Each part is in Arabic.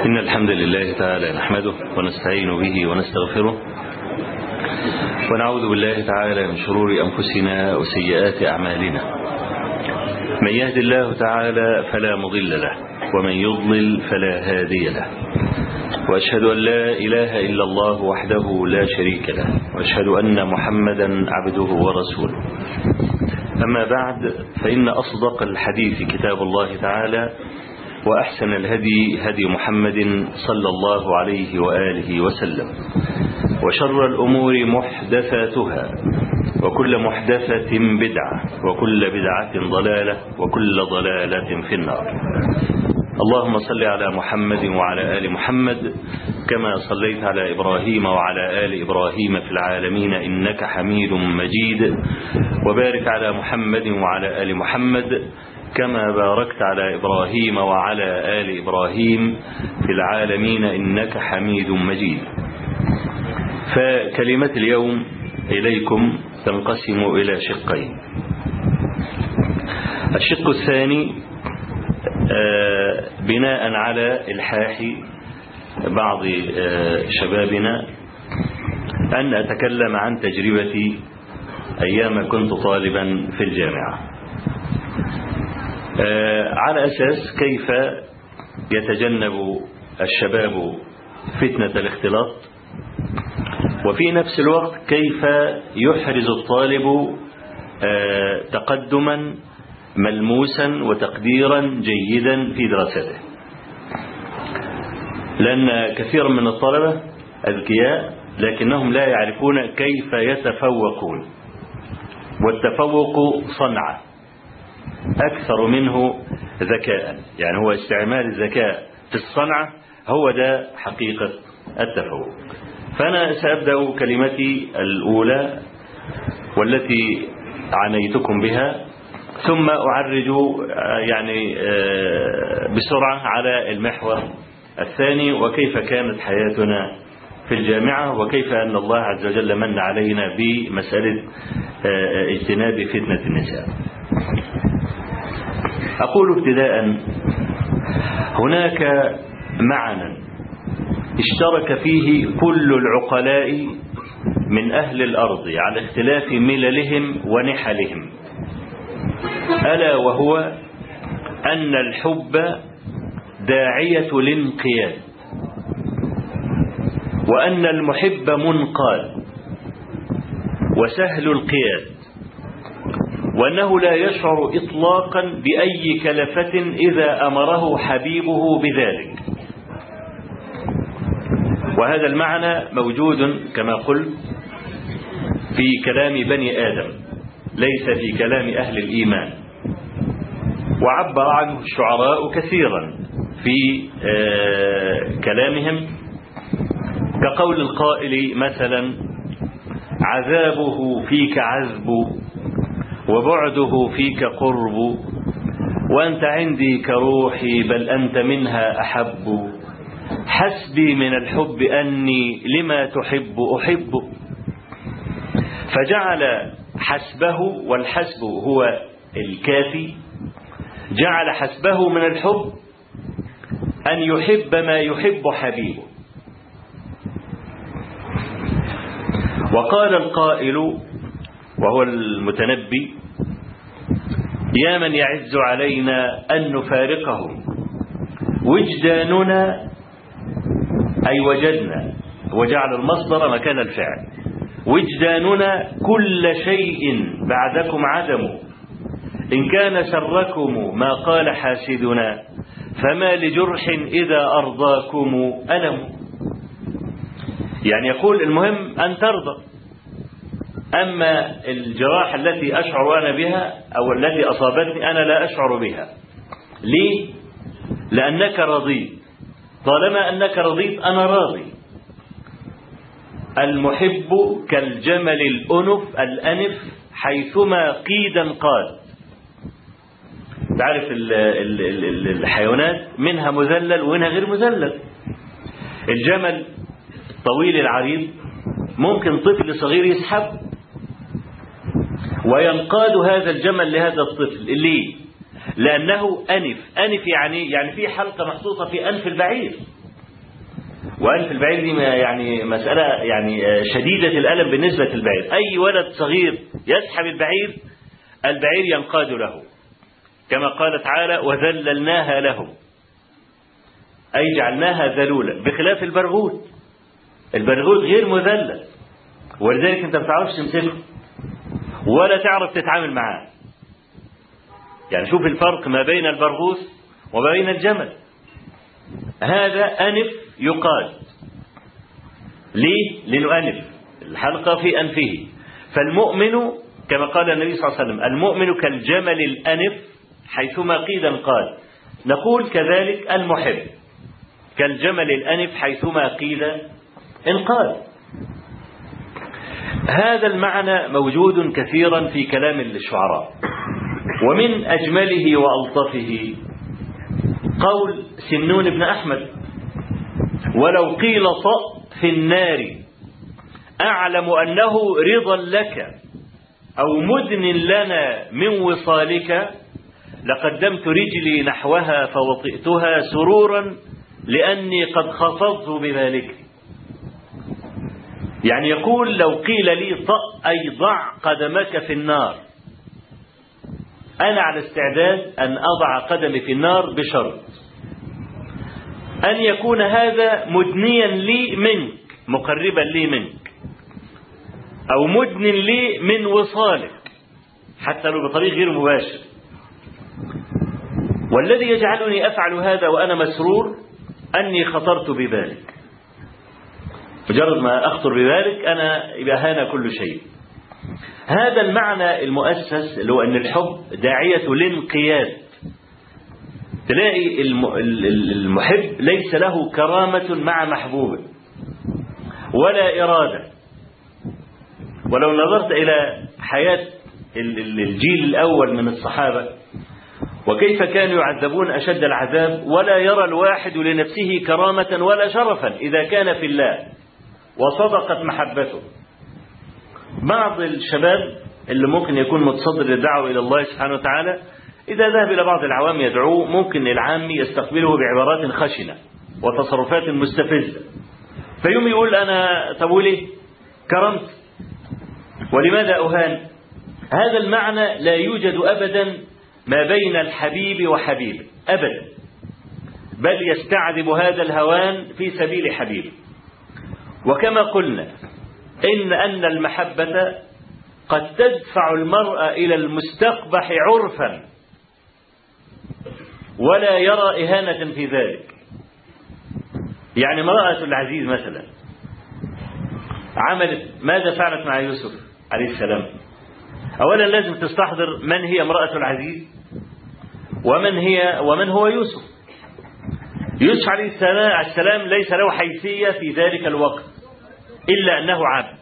إن الحمد لله تعالى نحمده ونستعين به ونستغفره ونعوذ بالله تعالى من شرور أنفسنا وسيئات أعمالنا. من يهد الله تعالى فلا مضل له ومن يضلل فلا هادي له، وأشهد أن لا إله إلا الله وحده لا شريك له، وأشهد أن محمدا عبده ورسوله. أما بعد، فإن أصدق الحديث كتاب الله تعالى، وأحسن الهدي هدي محمد صلى الله عليه وآله وسلم، وشر الأمور محدثاتها، وكل محدثة بدعة، وكل بدعة ضلالة، وكل ضلالة في النار. اللهم صل على محمد وعلى آل محمد كما صليت على إبراهيم وعلى آل إبراهيم في العالمين إنك حميد مجيد، وبارك على محمد وعلى آل محمد كما باركت على إبراهيم وعلى آل إبراهيم في العالمين إنك حميد مجيد. فكلمة اليوم إليكم تنقسم إلى شقين. الشق الثاني بناء على إلحاح بعض شبابنا أن أتكلم عن تجربتي أيام كنت طالبا في الجامعة، على أساس كيف يتجنب الشباب فتنة الاختلاط، وفي نفس الوقت كيف يحرز الطالب تقدما ملموسا وتقديرا جيدا في دراسته. لأن كثيرا من الطلبة أذكياء لكنهم لا يعرفون كيف يتفوقون، والتفوق صنعة أكثر منه ذكاء، يعني هو استعمال الذكاء في الصنعة هو ده حقيقة التفوق. فأنا سأبدأ كلمتي الأولى والتي عنيتكم بها، ثم أعرج يعني بسرعة على المحور الثاني، وكيف كانت حياتنا في الجامعة، وكيف أن الله عز وجل من علينا بمسألة اجتناب فتنة النساء. أقول ابتداء، هناك معنى اشترك فيه كل العقلاء من أهل الأرض على اختلاف مللهم ونحلهم، ألا وهو أن الحب داعية الانقياد، وأن المحب منقاد وسهل القياد، وأنه لا يشعر إطلاقا بأي كلفة إذا أمره حبيبه بذلك. وهذا المعنى موجود كما قلت في كلام بني آدم، ليس في كلام أهل الإيمان، وعبر عنه الشعراء كثيرا في كلامهم، كقول القائل مثلا: عذابه فيك عذب وبعده فيك قرب، وأنت عندي كروحي بل أنت منها أحب، حسبي من الحب أني لما تحب أحب. فجعل حسبه، والحسب هو الكافي، جعل حسبه من الحب أن يحب ما يحب حبيبه. وقال القائل وهو المتنبي: يا من يعز علينا أن نفارقهم وجداننا، أي وجدنا، وجعل المصدر مكان الفعل، وجداننا كل شيء بعدكم عدم، إن كان سركم ما قال حاسدنا، فما لجرح إذا أرضاكم ألم. يعني يقول المهم أن ترضى، أما الجراح التي أشعر أنا بها أو التي أصابتني أنا لا أشعر بها. ليه؟ لأنك رضيت، طالما أنك رضيت أنا راضي. المحب كالجمل الأنف حيثما قيدا قاد. تعرف الحيوانات منها مذلل ومنها غير مذلل. الجمل الطويل العريض ممكن طفل صغير يسحب وينقاد هذا الجمل لهذا الطفل. ليه؟ لأنه أنف يعني في حلقة محطوطة في أنف البعير، وأنف البعير دي يعني مسألة يعني شديدة الألم بالنسبة للبعير. أي ولد صغير يسحب البعير، البعير ينقاد له، كما قال تعالى وذللناها لهم، أي جعلناها ذلولا، بخلاف البرغوث. البرغوث غير مذلل، ولذلك أنت ما بتعرفش تمسكه ولا تعرف تتعامل معاه. يعني شوف الفرق ما بين البرغوث وما بين الجمل. هذا أنف يقاد، ليه؟ لأنه أنف، الحلقة في أنفه. فالمؤمن كما قال النبي صلى الله عليه وسلم المؤمن كالجمل الأنف حيثما قيد انقاد. نقول كذلك المحب كالجمل الأنف حيثما قيل انقاد. هذا المعنى موجود كثيرا في كلام الشعراء. ومن أجمله وألطفه قول سمنون بن أحمد ولو قيل طأ في النار أعلم أنه رضا لك أو مدن لنا من وصالك لقدمت رجلي نحوها فوطئتها سرورا لأني قد خفضت بذلك. يعني يقول لو قيل لي طأ أي ضع قدمك في النار، أنا على استعداد أن أضع قدمي في النار بشرط أن يكون هذا مدنيا لي منك، مقربا لي منك، أو مدن لي من وصالك حتى لو بطريق غير مباشر. والذي يجعلني أفعل هذا وأنا مسرور أني خطرت بذلك. مجرد ما أخطر بذلك أنا يبقى هان كل شيء. هذا المعنى المؤسس اللي هو أن الحب داعية للانقياد. تلاقي المحب ليس له كرامة مع محبوبه ولا إرادة. ولو نظرت إلى حياة الجيل الأول من الصحابة وكيف كانوا يعذبون أشد العذاب ولا يرى الواحد لنفسه كرامة ولا شرفا إذا كان في الله وصدقت محبته. بعض الشباب اللي ممكن يكون متصدر للدعوة إلى الله سبحانه وتعالى إذا ذهب إلى بعض العوام يدعوه ممكن العام يستقبله بعبارات خشنة وتصرفات مستفزة، فيوم يقول أنا طب وليه كرمت ولماذا أهان؟ هذا المعنى لا يوجد أبدا ما بين الحبيب وحبيبه أبدا، بل يستعذب هذا الهوان في سبيل حبيبه. وكما قلنا أن المحبة قد تدفع المرء إلى المستقبح عرفا ولا يرى إهانة في ذلك. يعني امرأة العزيز مثلا عملت ماذا فعلت مع يوسف عليه السلام؟ أولا لازم تستحضر من هي امرأة العزيز ومن هو يوسف. يوسف عليه السلام ليس له حيثية في ذلك الوقت إلا أنه عبد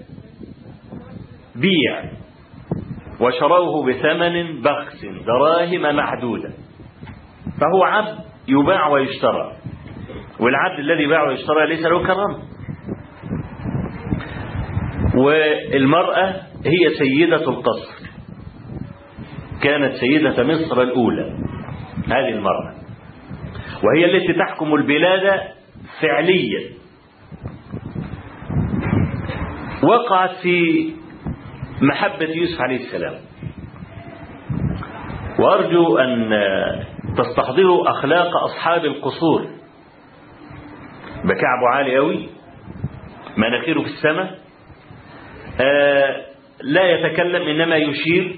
بيع وشروه بثمن بخس دراهم معدودة، فهو عبد يباع ويشترى، والعبد الذي يباع ويشترى ليس له كرامة. والمرأة هي سيدة القصر، كانت سيدة مصر الأولى هذه المرأة، وهي التي تحكم البلاد فعليا. وقعت في محبة يوسف عليه السلام. وأرجو أن تستحضروا أخلاق أصحاب القصور. بكعبه عالي أوي، مناخيره في السماء، لا يتكلم إنما يشير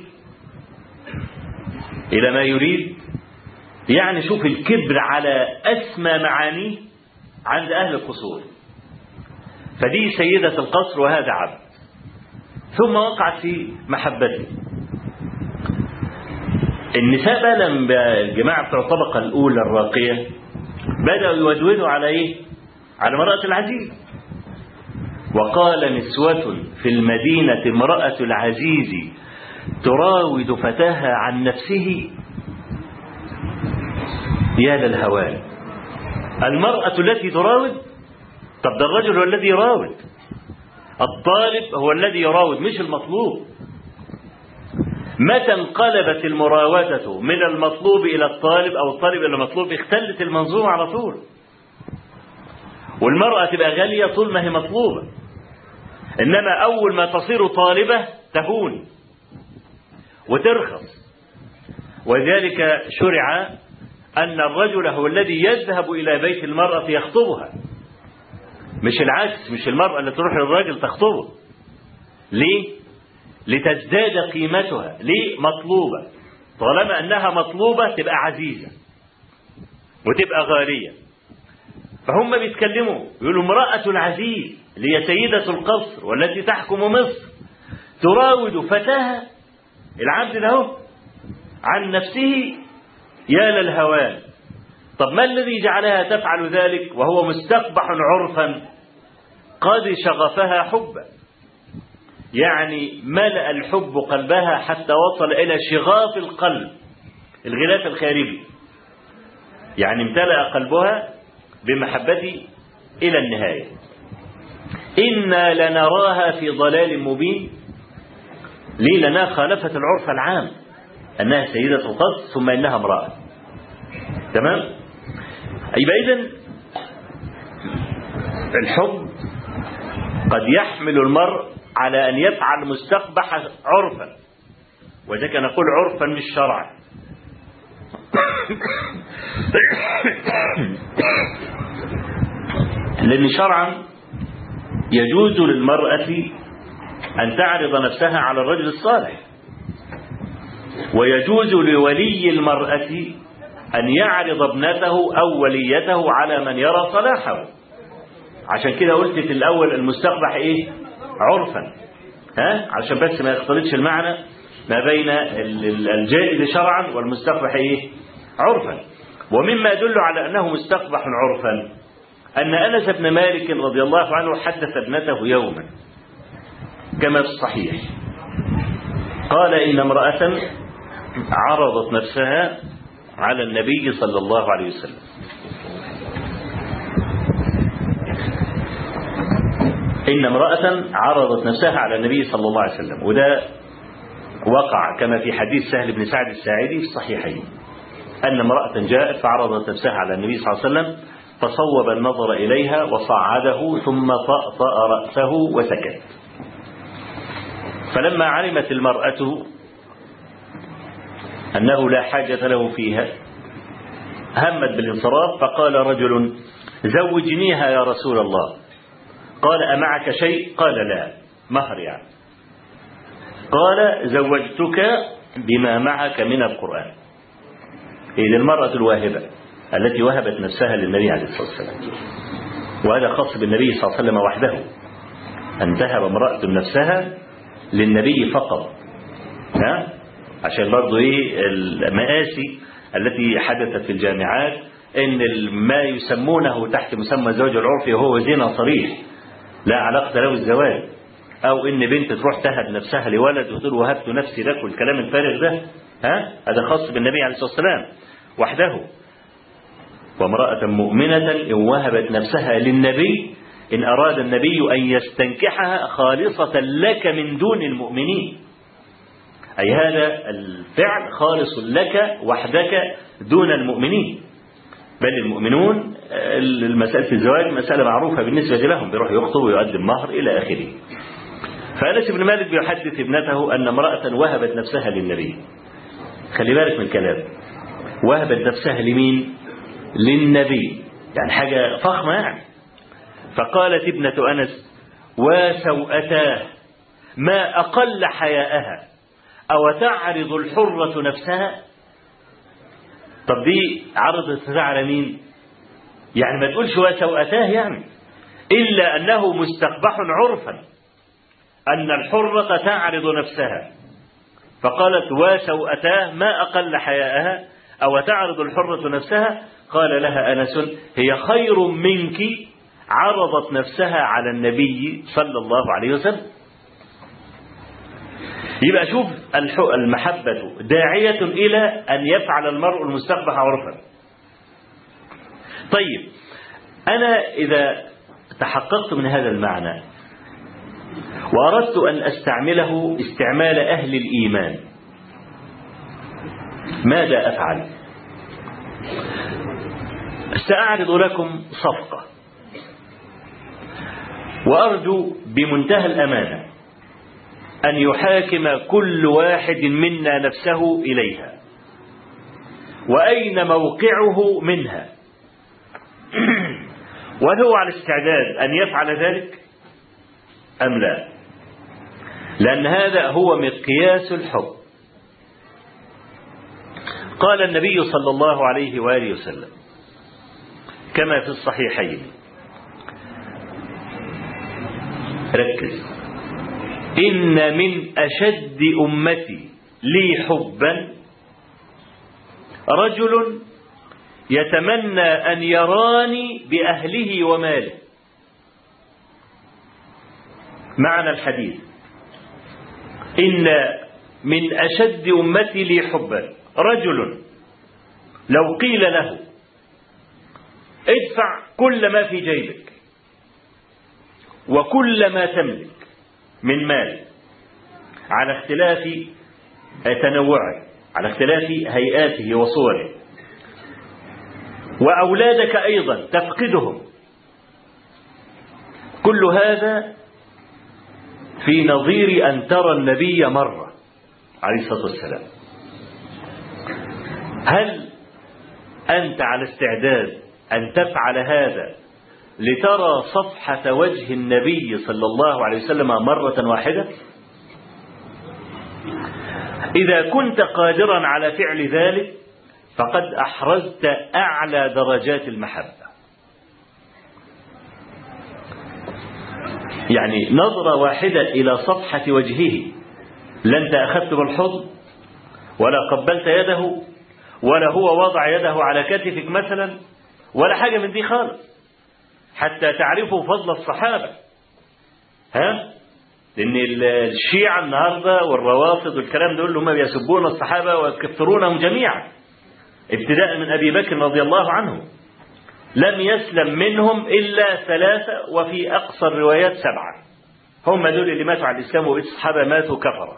إلى ما يريد. يعني شوف الكبر على أسمى معانيه عند أهل القصور. فدي سيدة القصر وهذا عبد. ثم وقعت في محبته. النساء بقى لما الجماعة بتوع الطبقة الأولى الراقية بدأوا يودودوا على إيه؟ على امرأة العزيز. وقال نسوة في المدينة امرأة العزيز تراود فتاها عن نفسه يا للهوان. المرأة التي تراود؟ طب ده الرجل هو الذي يراود، الطالب هو الذي يراود مش المطلوب. متى انقلبت المراودة من المطلوب إلى الطالب أو الطالب إلى المطلوب اختلت المنظومة على طول. والمرأة تبقى غالية طول ما هي مطلوبة، إنما أول ما تصير طالبة تهون وترخص. وذلك شرع أن الرجل هو الذي يذهب إلى بيت المرأة يخطبها، مش العكس، مش المرأة اللي تروح للراجل تخطبه. ليه؟ لتزداد قيمتها. ليه؟ مطلوبة. طالما أنها مطلوبة تبقى عزيزة وتبقى غالية. فهم بيتكلموا يقولوا امرأة العزيز اللي هي سيدة القصر والتي تحكم مصر تراود فتاها العبد له عن نفسه يا للهوان. طب ما الذي جعلها تفعل ذلك وهو مستقبح عرفا قد شغفها حبا؟ يعني ملأ الحب قلبها حتى وصل إلى شغاف القلب، الغلاف الخارجي، يعني امتلأ قلبها بمحبتي إلى النهاية. إنا لنراها في ضلال مبين. ليه؟ لأنها خالفت العرف العام أنها سيدة القصر ثم إنها امرأة. تمام؟ يبقى إذن الحب قد يحمل المرء على أن يفعل مستقبح عرفا، وذلك نقول عرفا مش شرعا. لأن شرعا يجوز للمرأة أن تعرض نفسها على الرجل الصالح، ويجوز لولي المرأة أن يعرض ابنته أو وليته على من يرى صلاحه. عشان كده قلت في الأول المستقبح إيه؟ عرفا، عشان بس ما يختلطش المعنى ما بين الجائز شرعا والمستقبح إيه؟ عرفا. ومما يدل على أنه مستقبح عرفا أن أنس بن مالك رضي الله عنه حدث ابنته يوما كما في الصحيح، قال إن امرأة عرضت نفسها على النبي صلى الله عليه وسلم، إن امرأة عرضت نفسها على النبي صلى الله عليه وسلم. وده وقع كما في حديث سهل بن سعد الساعدي في الصحيحين، أن امرأة جاءت فعرضت نفسها على النبي صلى الله عليه وسلم فصوب النظر إليها وصعده ثم طأطأ رأسه وسكت. فلما علمت المرأة أنه لا حاجة له فيها همت بالانصراف، فقال رجل زوجنيها يا رسول الله. قال أمعك شيء؟ قال لا، مهر يعني. قال زوجتك بما معك من القرآن. إذا المرأة الواهبة التي وهبت نفسها للنبي عليه الصلاة والسلام، وهذا خاص بالنبي صلى الله عليه وسلم وحده، أن تهب امرأة نفسها للنبي فقط، عشان برضو المآسي التي حدثت في الجامعات إن ما يسمونه تحت مسمى الزواج العرفي هو زنا صريح لا علاقة له الزواج، أو إن بنت تروح تهب نفسها لولد وتقول وهبت نفسي لك والكلام الفارغ ده، هذا خاص بالنبي عليه الصلاة والسلام وحده. وامرأة مؤمنة إن وهبت نفسها للنبي إن أراد النبي أن يستنكحها خالصة لك من دون المؤمنين، أي هذا الفعل خالص لك وحدك دون المؤمنين، بل المؤمنون المسألة الزواج مسألة معروفة بالنسبة لهم، بيروح يخطب ويقدم مهر إلى آخره. فأنس بن مالك بيحدث ابنته أن امرأة وهبت نفسها للنبي. خلي بالك من الكلام، وهبت نفسها لمين؟ للنبي، يعني حاجة فخمة يعني. فقالت ابنة أنس وسوءتاه ما أقل حياءها أو تعرض الحرة نفسها. طب دي عرضت نفسها على مين؟ يعني ما تقولش وسوءتاه يعني، إلا أنه مستقبح عرفا أن الحرة تعرض نفسها. فقالت وسوءتاه ما أقل حياءها أو تعرض الحرة نفسها. قال لها أنس هي خير منك عرضت نفسها على النبي صلى الله عليه وسلم. يبقى شوف المحبة داعية إلى أن يفعل المرء المستقبح عرفا. طيب أنا إذا تحققت من هذا المعنى وأردت أن أستعمله استعمال أهل الإيمان ماذا أفعل؟ سأعرض لكم صفقة وأرجو بمنتهى الأمانة أن يحاكم كل واحد منا نفسه إليها وأين موقعه منها، وهل هو على استعداد أن يفعل ذلك أم لا؟ لأن هذا هو مقياس الحب. قال النبي صلى الله عليه وآله وسلم كما في الصحيحين، ركز: إن من أشد أمتي لي حبا رجل يتمنى أن يراني بأهله وماله. معنى الحديث: إن من أشد أمتي لي حبا رجل لو قيل له ادفع كل ما في جيبك وكل ما تملك من مال على اختلاف تنوعه، على اختلاف هيئاته وصوره، وأولادك أيضا تفقدهم، كل هذا في نظير أن ترى النبي مرة عليه الصلاة والسلام. هل أنت على استعداد أن تفعل هذا لترى صفحة وجه النبي صلى الله عليه وسلم مرة واحدة؟ إذا كنت قادرا على فعل ذلك فقد أحرزت أعلى درجات المحبة. يعني نظرة واحدة إلى صفحة وجهه، لا أنت أخذت بالحضن ولا قبلت يده ولا هو وضع يده على كتفك مثلا ولا حاجة من دي خالص، حتى تعرفوا فضل الصحابة. لأن الشيعة النهاردة والروافض والكلام دول هم بيسبون الصحابة ويكفرونهم جميعا، ابتداء من أبي بكر رضي الله عنه، لم يسلم منهم إلا 3 وفي أقصى الروايات 7، هم دول اللي ماتوا على الإسلام، والصحابة ماتوا كفرة.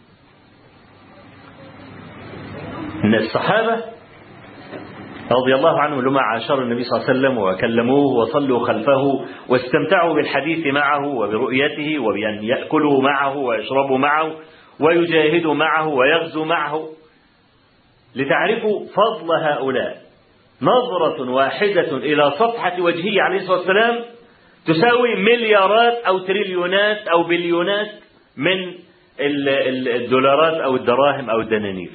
إن الصحابة رضي الله عنهم لما عاشروا النبي صلى الله عليه وسلم وكلموه وصلوا خلفه واستمتعوا بالحديث معه وبرؤيته وبأن يأكلوا معه ويشربوا معه ويجاهدوا معه ويغزوا معه. لتعرفوا فضل هؤلاء، نظرة واحدة إلى صفحة وجهه عليه الصلاة والسلام تساوي مليارات أو تريليونات أو بليونات من الدولارات أو الدراهم أو الدنانير.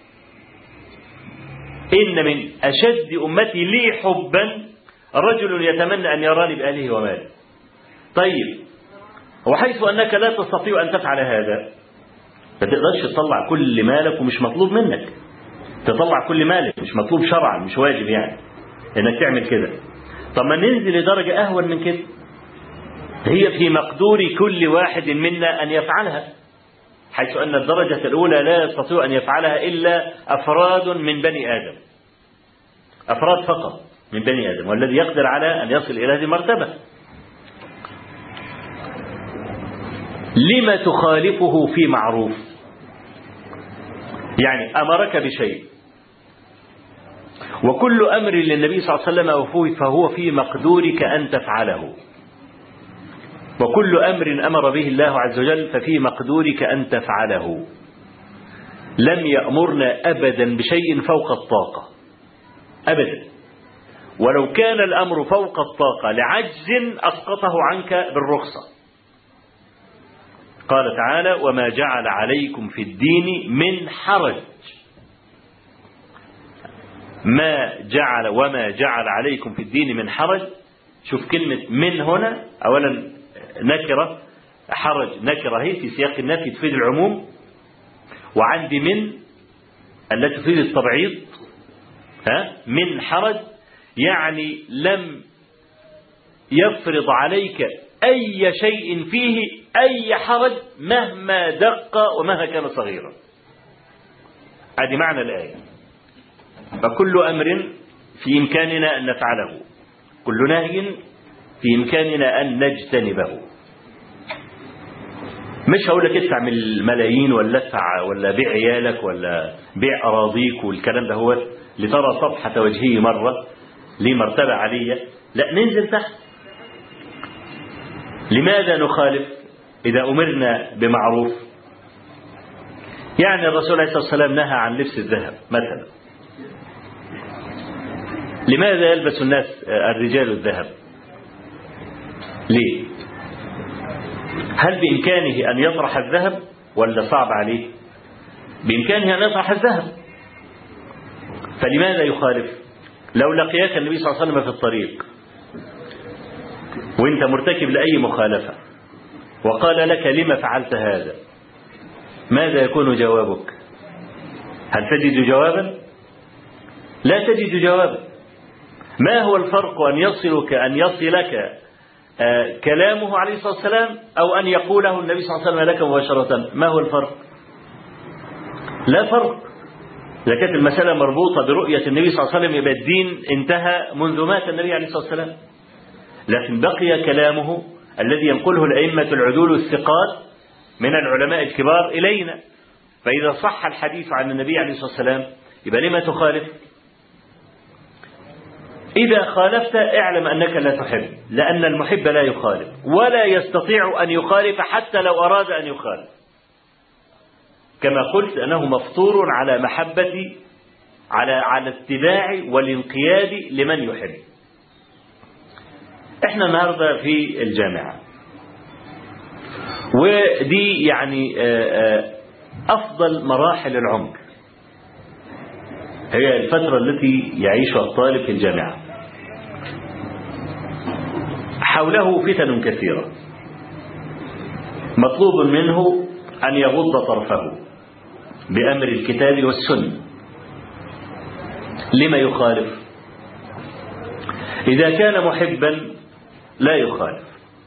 إن من أشد أمتي لي حبا رجل يتمنى أن يراني بأهله وماله. طيب، وحيث أنك لا تستطيع أن تفعل هذا، فتقدرش تطلع كل مالك ومش مطلوب منك تطلع كل مالك، مش مطلوب شرعا، مش واجب يعني انك تعمل كده. طب ما ننزل لدرجة أهون من كده، هي في مقدور كل واحد منا أن يفعلها، حيث أن الدرجة الأولى لا يستطيع أن يفعلها إلا أفراد من بني آدم، أفراد فقط من بني آدم، والذي يقدر على أن يصل إلى هذه المرتبة. لما تخالفه في معروف؟ يعني أمرك بشيء، وكل أمر للنبي صلى الله عليه وسلم فهو في مقدورك أن تفعله، وكل أمر أمر به الله عز وجل ففي مقدورك أن تفعله. لم يأمرنا أبدا بشيء فوق الطاقة أبدا، ولو كان الأمر فوق الطاقة لعجز أسقطه عنك بالرخصة. قال تعالى: وما جعل عليكم في الدين من حرج. وما جعل عليكم في الدين من حرج. شوف كلمة من هنا، أولا نكرة، حرج نكرة هي في سياق النفي تفيد العموم، وعندي من التي تفيد التبعيض. من حرج يعني لم يفرض عليك أي شيء فيه أي حرج مهما دق ومهما كان صغيرا. هذه معنى الآية. فكل أمر في إمكاننا أن نفعله، كل نهي في إمكاننا أن نجتنبه. مش هقول لك ادفع من الملايين ولا ادفع ولا بيع عيالك ولا بيع أراضيك والكلام ده، هو لترى صفحة وجهه مرة ليه مرتبة عالية. لا، ننزل تحت. لماذا نخالف إذا أمرنا بمعروف؟ يعني الرسول عليه الصلاة والسلام نهى عن لبس الذهب مثلا، لماذا يلبس الناس الرجال الذهب؟ ليه؟ هل بإمكانه أن يطرح الذهب ولا صعب عليه؟ بإمكانه أن يطرح الذهب، فلماذا يخالف؟ لو لقياك النبي صلى الله عليه وسلم في الطريق وانت مرتكب لأي مخالفة وقال لك لما فعلت هذا، ماذا يكون جوابك؟ هل تجد جوابا؟ لا تجد جوابا. ما هو الفرق أن يصلك كلامه عليه الصلاة والسلام أو أن يقوله النبي صلى الله عليه وسلم لك مباشرة؟ ما هو الفرق؟ لا فرق. إذا كانت المسألة مربوطة برؤية النبي صلى الله عليه وسلم يبقى الدين انتهى منذ مات النبي عليه الصلاة والسلام، لكن بقي كلامه الذي ينقله الأئمة العدول الثقات من العلماء الكبار إلينا، فإذا صح الحديث عن النبي عليه الصلاة والسلام يبقى لما تخالف؟ إذا خالفت اعلم أنك لا تحب، لأن المحب لا يخالف ولا يستطيع أن يخالف حتى لو أراد أن يخالف، كما قلت أنه مفطور على محبة على اتباع والانقياد لمن يحب. احنا النهاردة في الجامعة، ودي يعني أفضل مراحل العمر، هي الفترة التي يعيشها الطالب في الجامعة. حوله فتن كثيرة، مطلوب منه أن يغض طرفه بأمر الكتاب والسنة. لما يخالف؟ إذا كان محبا لا يخالف.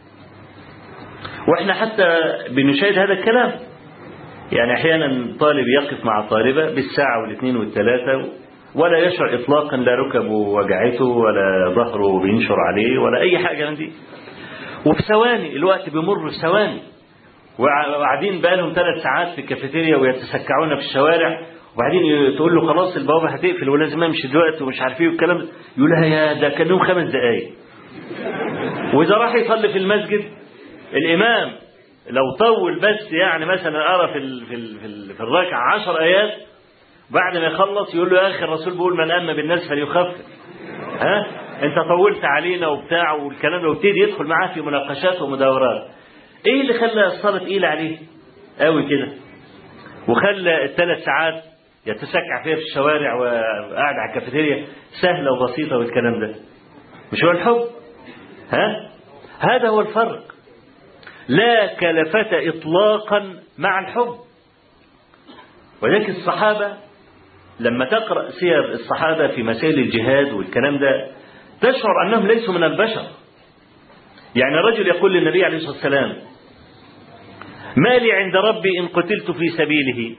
وإحنا حتى بنشاهد هذا الكلام، يعني أحيانا طالب يقف مع طالبة بالساعة والاثنين والثلاثة ولا يشعر إطلاقا، لا ركبه وجعته ولا ظهره بينشر عليه ولا أي حاجة من دي، وفي ثواني الوقت بيمر في ثواني، وقاعدين بقالهم 3 ساعات في الكافيتيريا ويتسكعون في الشوارع، وبعدين تقول له خلاص البوابة هتقفل ولازم امشي دلوقتي ومش عارف ايه والكلام ده، يقول لها يا ده كان لهم 5 دقايق. وإذا راح يصلي في المسجد الإمام لو طول بس يعني مثلا أرى في الركعة 10 آيات، بعد ما يخلص يقول له يا أخي الرسول بيقول من أما بالناس فليخفف، أنت طولت علينا وبتاع والكلام ده، وابتدي يدخل معاه في مناقشات ومداورات. إيه اللي خلى الصلاة تقيلة عليه قوي كده وخلى ال3 ساعات يتسكع فيها في الشوارع وقاعد على الكافيتيريا سهلة وبسيطة والكلام ده؟ مش هو الحب؟ هذا هو الفرق. لا كلفة إطلاقا مع الحب. ولكن الصحابة لما تقرأ سير الصحابة في مسائل الجهاد والكلام ده تشعر أنهم ليسوا من البشر. يعني رجل يقول للنبي عليه الصلاة والسلام ما لي عند ربي إن قتلت في سبيله؟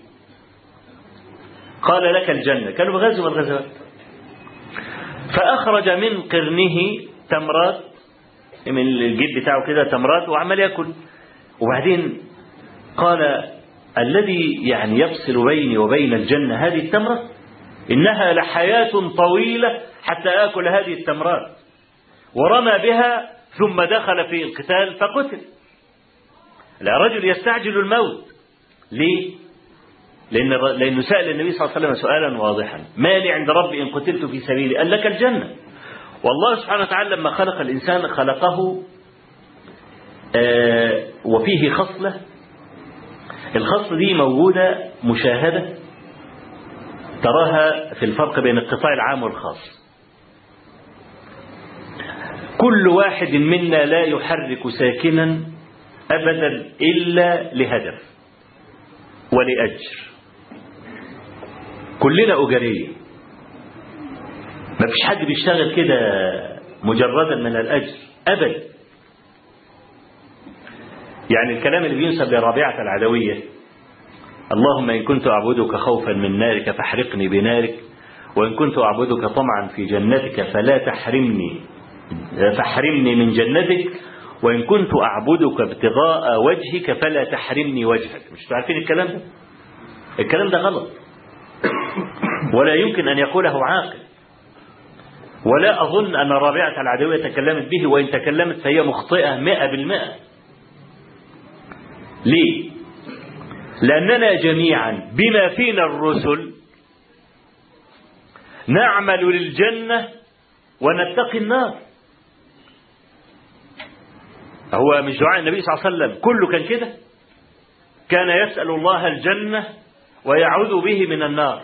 قال لك الجنة. كانوا بغزوا الغزوات، فأخرج من قرنه تمرات من الجيب بتاعه كده تمرات وعمل يأكل، وبعدين قال الذي يعني يفصل بيني وبين الجنة هذه التمرة، إنها لحياة طويلة حتى آكل هذه التمرات، ورمى بها ثم دخل في القتال فقتل. لا، رجل يستعجل الموت. ليه؟ لأنه سأل النبي صلى الله عليه وسلم سؤالا واضحا ما لي عند ربي إن قتلت في سبيلي؟ قال لك الجنة. والله سبحانه وتعالى لما خلق الإنسان خلقه وفيه خصلة، الخصلة دي موجودة مشاهدة تراها في الفرق بين القطاع العام والخاص. كل واحد منا لا يحرك ساكنا أبدا إلا لهدف ولأجر. كلنا أجرية، ما فيش حد بيشتغل كده مجردا من الأجر أبدا. يعني الكلام اللي بينسب لرابعة العدوية اللهم إن كنت أعبدك خوفا من نارك فاحرقني بنارك، وإن كنت أعبدك طمعا في جنتك فلا فاحرمني من جنتك، وإن كنت أعبدك ابتغاء وجهك فلا تحرمني وجهك. مش عارفين الكلام ده؟ الكلام ده غلط ولا يمكن أن يقوله عاقل. ولا أظن أن رابعة العدوية تكلمت به، وإن تكلمت فهي مخطئة 100%. ليه؟ لأننا جميعا بما فينا الرسل نعمل للجنة ونتقي النار. هو مش دعاء النبي صلى الله عليه وسلم كله كان كده؟ كان يسأل الله الجنة ويعوذ به من النار.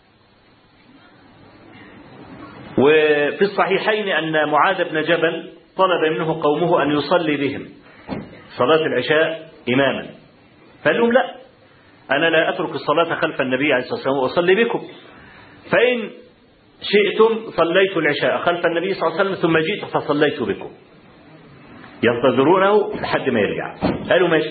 وفي الصحيحين أن معاذ بن جبل طلب منه قومه أن يصلي بهم صلاة العشاء إماما، فقال لهم لا، أنا لا أترك الصلاة خلف النبي عليه الصلاة والسلام وأصلي بكم، فإن شئتم صليت العشاء خلف النبي صلى الله عليه وسلم ثم جئت فصليت بكم. ينتظرونه لحد ما يرجع. قالوا ماشي.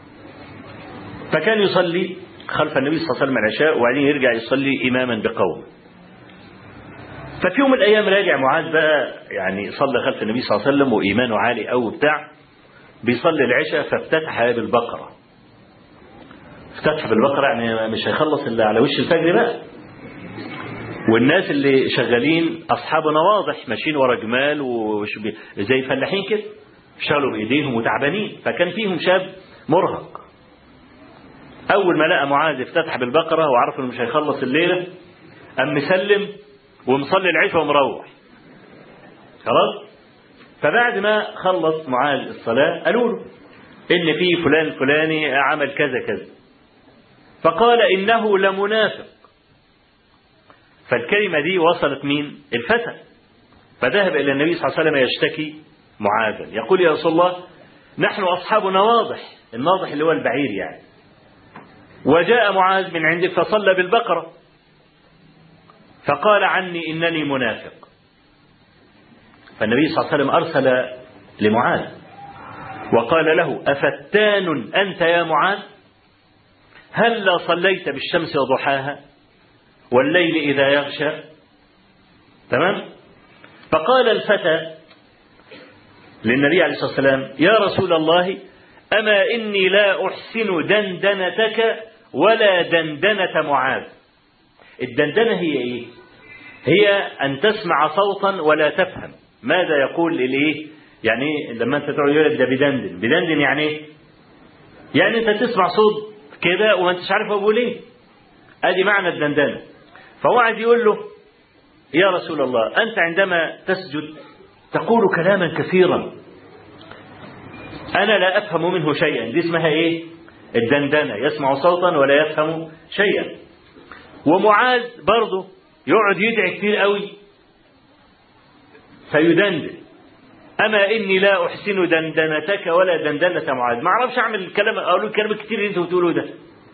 فكان يصلي خلف النبي صلى الله عليه وسلم العشاء وبعدين يرجع يصلي إماما بقوم. ففي يوم من الأيام راجع معاذ بقى، يعني صلى خلف النبي صلى الله عليه وسلم وإيمانه عالي أو بتاع، بيصلي العشاء فافتتح بالبقرة. افتتح بالبقرة يعني مش هيخلص إلا على وش الفجر بقى، والناس اللي شغالين أصحاب نواضح ماشيين ورا جمال زي فلاحين كده، شغلوا بإيديهم وتعبانين، فكان فيهم شاب مرهق. أول ما لقى معاذ افتتح بالبقرة وعرف إنه مش هيخلص الليلة، قام مسلم ومصلي العشاء ومروح خلاص. فبعد ما خلص معاذ الصلاة قالوا له إن في فلان الفلاني عمل كذا كذا، فقال إنه لمنافق. فالكلمة دي وصلت مين؟ الفتى. فذهب إلى النبي صلى الله عليه وسلم يشتكي معاذا، يقول يا رسول الله نحن أصحاب نواضح، الناضح اللي هو البعير يعني، وجاء معاذ من عندك فصلى بالبقرة فقال عني إنني منافق. فالنبي صلى الله عليه وسلم أرسل لمعاذ وقال له أفتان أنت يا معاذ؟ هل صليت بالشمس وضحاها والليل إذا يغشى؟ تمام. فقال الفتى للنبي عليه الصلاة والسلام يا رسول الله أما إني لا أحسن دندنتك ولا دندنة معاذ. الدندنة هي إيه؟ هي أن تسمع صوتا ولا تفهم ماذا يقول الإيه. يعني لما أنت تقول يقول ده بدندن يعني إيه؟ يعني أنت تسمع صوت كده وما أنتش عارف أقول إيه. أدي معنى الدندنة. فوعد يقول له يا رسول الله أنت عندما تسجد تقول كلاما كثيرا أنا لا أفهم منه شيئا. دي اسمها إيه؟ الدندنة، يسمع صوتا ولا يفهم شيئا. ومعاذ برضه يقعد يدعي كتير قوي فيدندن أما إني لا أحسن دندنتك ولا دندنة معاذ. ما أعرفش أعمل الكلام، أقول الكلام الكتير اللي أنتوا بتقولوه ده،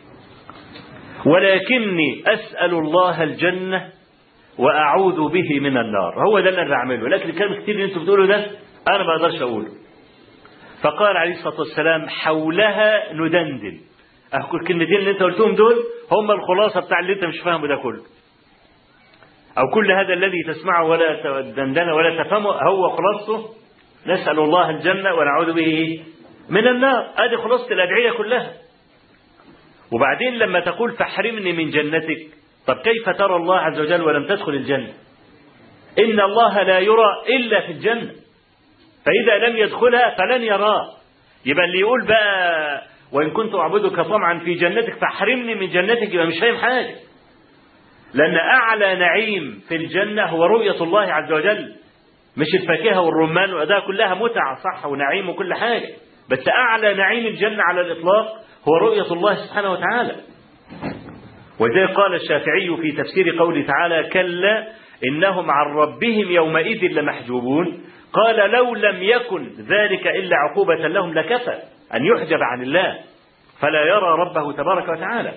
ولكني أسأل الله الجنة وأعوذ به من النار. هو ده اللي أنا بعمله، لكن الكلام الكتير اللي أنتوا بتقولوه ده أنا ما أقدرش أقوله. فقال عليه الصلاة والسلام حولها ندندن. أقول الكلمتين اللي أنت قلتهم دول هم الخلاصة بتاع اللي أنت مش فاهمه ده كله، أو كل هذا الذي تسمعه ولا دندنه ولا تفهمه هو خلاصته نسأل الله الجنة ونعوذ به من النار. هذه خلاصة الأدعية كلها. وبعدين لما تقول فاحرمني من جنتك، طب كيف ترى الله عز وجل ولم تدخل الجنة؟ إن الله لا يرى إلا في الجنة، فإذا لم يدخلها فلن يراه. يبقى اللي يقول بقى وإن كنت أعبدك طمعا في جنتك فاحرمني من جنتك يبقى مش فاهم حاجة. لأن أعلى نعيم في الجنة هو رؤية الله عز وجل، مش الفاكهة والرمان وده كلها متع صح ونعيم وكل حاجة، بس أعلى نعيم الجنة على الإطلاق هو رؤية الله سبحانه وتعالى. وذلك قال الشافعي في تفسير قوله تعالى كلا إنهم عن ربهم يومئذ لمحجوبون، قال لو لم يكن ذلك إلا عقوبة لهم لكفى أن يحجب عن الله فلا يرى ربه تبارك وتعالى.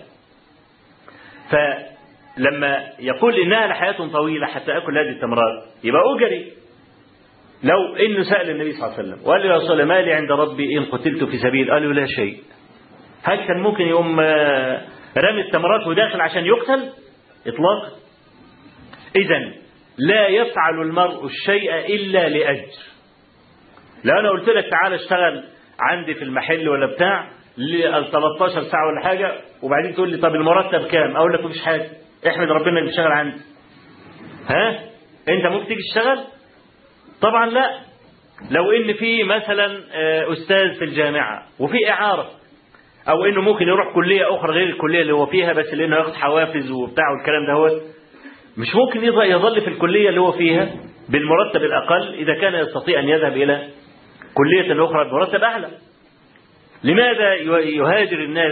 فلما يقول إنها لحياة طويلة حتى أكل هذه التمرات يبقى أجري. لو إنه سأل النبي صلى الله عليه وسلم وقال له يا رسول الله ما لي عند ربي إن قتلت في سبيل، قال له لا شيء. هل كان ممكن يقوم رمي التمرات وداخل عشان يقتل؟ إطلاقا. إذن لا يفعل المرء الشيء إلا لأجر. لو أنا قلت لك تعالى اشتغل عندي في المحل ولا بتاع ل 13 ساعة ولا حاجة وبعدين تقول لي طب المرتب كام؟ أقول لك مفيش حاجة، احمد ربنا اللي بيشتغل عندي. ها؟ أنت ممكن تيجي تشتغل؟ طبعا لا. لو إن في مثلا أستاذ في الجامعة وفي إعارة، أو إنه ممكن يروح كلية أخرى غير الكلية اللي هو فيها بس لأنه ياخد حوافز وبتاع والكلام ده، هو مش ممكن يظل في الكلية اللي هو فيها بالمرتب الأقل إذا كان يستطيع أن يذهب إلى كلية أخرى بمرتب أعلى. لماذا يهاجر الناس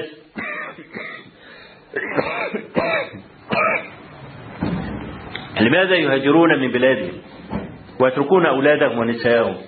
لماذا يهاجرون من بلادهم ويتركون أولادهم ونساءهم؟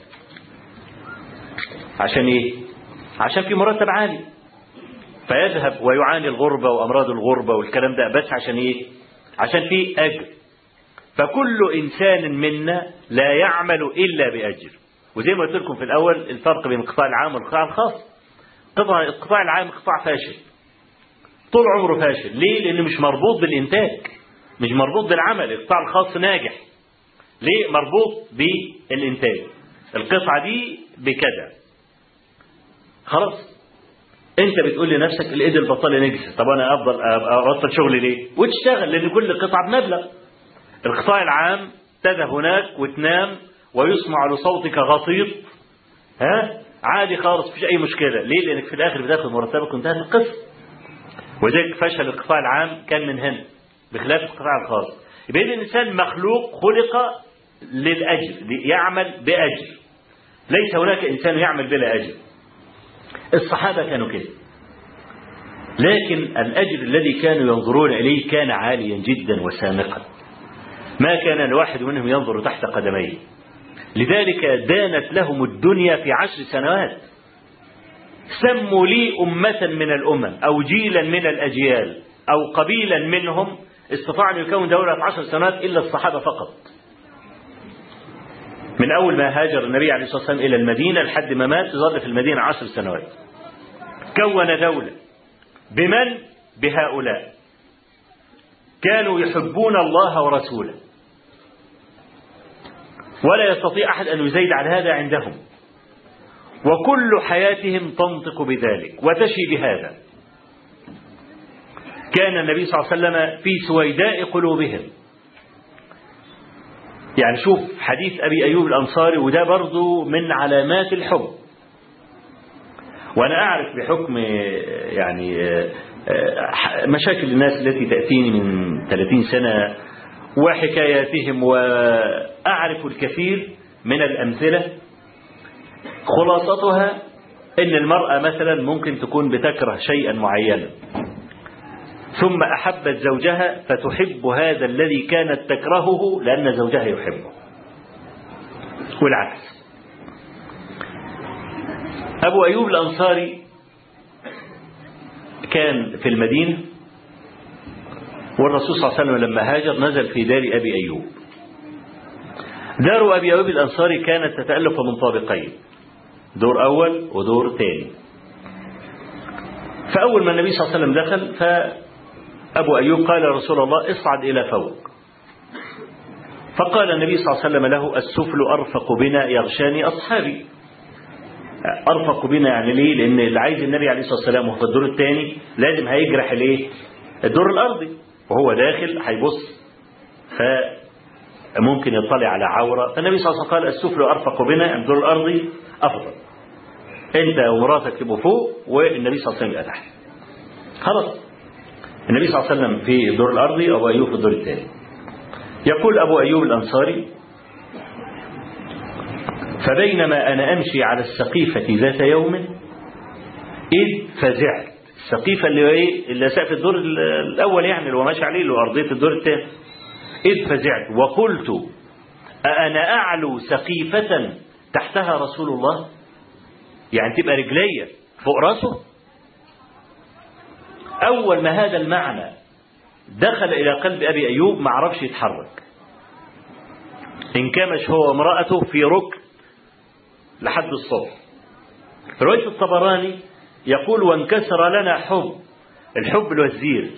عشان إيه؟ عشان في مرتب عالي، فيذهب ويعاني الغربة وأمراض الغربة والكلام ده، بس عشان إيه؟ عشان في أجر. فكل إنسان منا لا يعمل إلا بأجر. وزي ما قلت لكم في الأول الفرق بين القطاع العام والقطاع الخاص. طبعا القطاع العام قطاع فاشل، طول عمره فاشل. ليه؟ لأنه مش مربوط بالإنتاج، مش مربوط بالعمل. القطاع الخاص ناجح. ليه؟ مربوط بالإنتاج. القطعة دي بكذا، خلاص. انت بتقول لنفسك الايد البطاله نجسه، طب انا افضل ابطل شغلي ليه؟ وتشتغل، لان كل قطعه بمبلغ. القطاع العام تذهب هناك وتنام ويسمع لصوتك غطيط، عادي خالص، مفيش اي مشكله. ليه؟ لانك في الاخر بتاخد مرتبك وانتهت القصه. وذلك فشل القطاع العام كان من هنا بخلاف القطاع الخاص. يبقى الانسان مخلوق خلق للاجر، يعمل باجر. ليس هناك انسان يعمل بلا اجر. الصحابة كانوا كده، لكن الأجر الذي كانوا ينظرون إليه كان عاليا جدا وسامقا، ما كان الواحد منهم ينظر تحت قدميه. لذلك دانت لهم الدنيا في 10 سنوات. سموا لي أمة من الأمم أو جيلا من الأجيال أو قبيلا منهم استطاع أن يكون دولة في 10 سنوات إلا الصحابة فقط. من أول ما هاجر النبي عليه الصلاة والسلام إلى المدينة لحد ما مات ظل في المدينة 10 سنوات. كون دولة بمن؟ بهؤلاء. كانوا يحبون الله ورسوله، ولا يستطيع أحد أن يزيد على هذا عندهم، وكل حياتهم تنطق بذلك وتشي بهذا. كان النبي صلى الله عليه وسلم في سويداء قلوبهم. يعني شوف حديث أبي أيوب الأنصاري، وده برضو من علامات الحب. وأنا أعرف بحكم يعني مشاكل الناس التي تأتيني من 30 سنة وحكاياتهم، وأعرف الكثير من الأمثلة. خلاصتها أن المرأة مثلا ممكن تكون بتكره شيئا معينا، ثم أحبت زوجها فتحب هذا الذي كانت تكرهه لأن زوجها يحبه، والعكس. أبو أيوب الأنصاري كان في المدينة، والرسول صلى الله عليه وسلم لما هاجر نزل في دار أبي أيوب. دار أبي أيوب الأنصاري كانت تتألف من طابقين، دور أول ودور ثاني. فأول ما النبي صلى الله عليه وسلم دخل فأبو أيوب قال يا رسول الله اصعد إلى فوق. فقال النبي صلى الله عليه وسلم له السفل أرفق بنا يغشاني أصحابي. أرفق بنا يعني ليه؟ لأن اللي عايز النبي عليه الصلاة والسلام وهو في الدور الثاني لازم هيجرح الايه؟ الدور الأرضي، وهو داخل هيبص فممكن يطلع على عورة. فالنبي صلى الله عليه وسلم قال السفل أرفق بنا، الدور الأرضي أفضل، أنت ومراتك تبقوا فوق والنبي صلى الله عليه وسلم يبقى تحت. خلاص النبي صلى الله عليه وسلم في الدور الأرضي، أبو أيوب في الدور الثاني. يقول أبو أيوب الأنصاري فبينما أنا أمشي على السقيفة ذات يوم إذ فزعت. السقيفة اللي إيه؟ اللي سقف الدور الأول، يعني اللي هو ماشي عليه، اللي هو أرضية الدور الثاني. إذ فزعت وقلت أأنا أعلو سقيفة تحتها رسول الله؟ يعني تبقى رجلية فوق راسه. أول ما هذا المعنى دخل إلى قلب أبي أيوب ما عرفش يتحرك، انكمش هو وامرأته في ركن لحد الصبح. في رواية الطبراني يقول وانكسر لنا حب، الحب الوزير،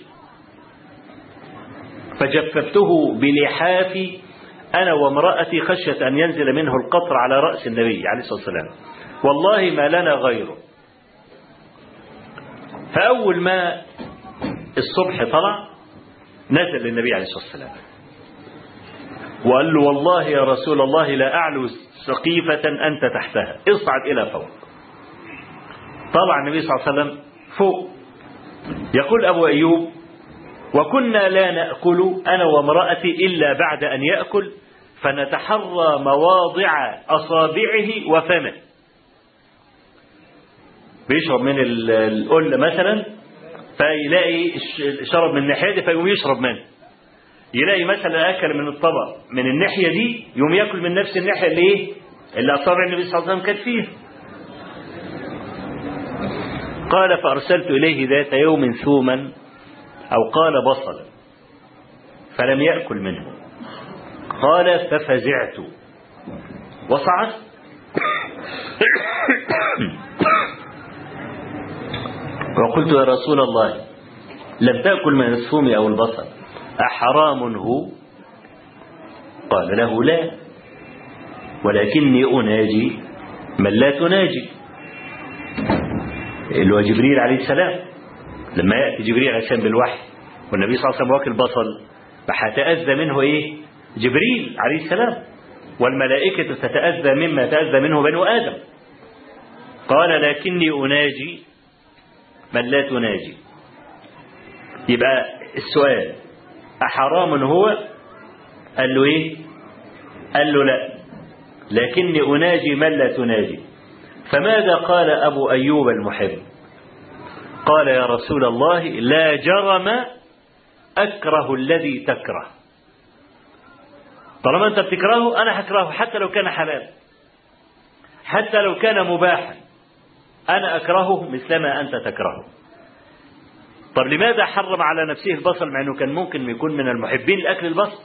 فجففته بلحافي أنا وامرأتي خشية أن ينزل منه القطر على رأس النبي عليه الصلاة والسلام، والله ما لنا غيره. فأول ما الصبح طلع نزل للنبي عليه الصلاة والسلام. وقال له والله يا رسول الله لا أعلو سقيفة أنت تحتها، اصعد إلى فوق. طلع النبي صلى الله عليه وسلم فوق. يقول أبو أيوب: وكنا لا نأكل أنا وامرأتي إلا بعد أن يأكل، فنتحرى مواضع أصابعه وفمه. بيشرب من القلة مثلا، فيلاقي شرب من الناحية دي فيقوم يشرب منه. يلاقي مثلا أكل من الطبق من الناحية دي، يقوم يأكل من نفس الناحية اللي أصابع النبي صلى الله عليه وسلم كانت فيها. قال: فأرسلت إليه ذات يوم ثوما أو قال بصلا فلم يأكل منه. قال: ففزعت وصعدت وقلت: يا رسول الله، لم تأكل من الثوم أو البصل، أحرام هو؟ قال له: لا، ولكني أناجي من لا تناجي، اللي هو جبريل عليه السلام. لما يأتي جبريل عليه السلام بالوحي والنبي صلى الله عليه وسلم واكل بصل، فهتأذى منه جبريل عليه السلام، والملائكة تتأذى مما تأذى منه بنو آدم. قال: لكني أناجي من لا تناجي. يبقى السؤال: أحرام هو؟ قال له قال له: لا، لكني أناجي من لا تناجي. فماذا قال أبو أيوب المحب؟ قال: يا رسول الله، لا جرم أكره الذي تكره. طالما أنت بتكرهه أنا هكرهه، حتى لو كان حلال، حتى لو كان مباحا، أنا أكرهه مثلما أنت تكرهه. طب لماذا حرم على نفسه البصل مع أنه كان ممكن يكون من المحبين لأكل البصل؟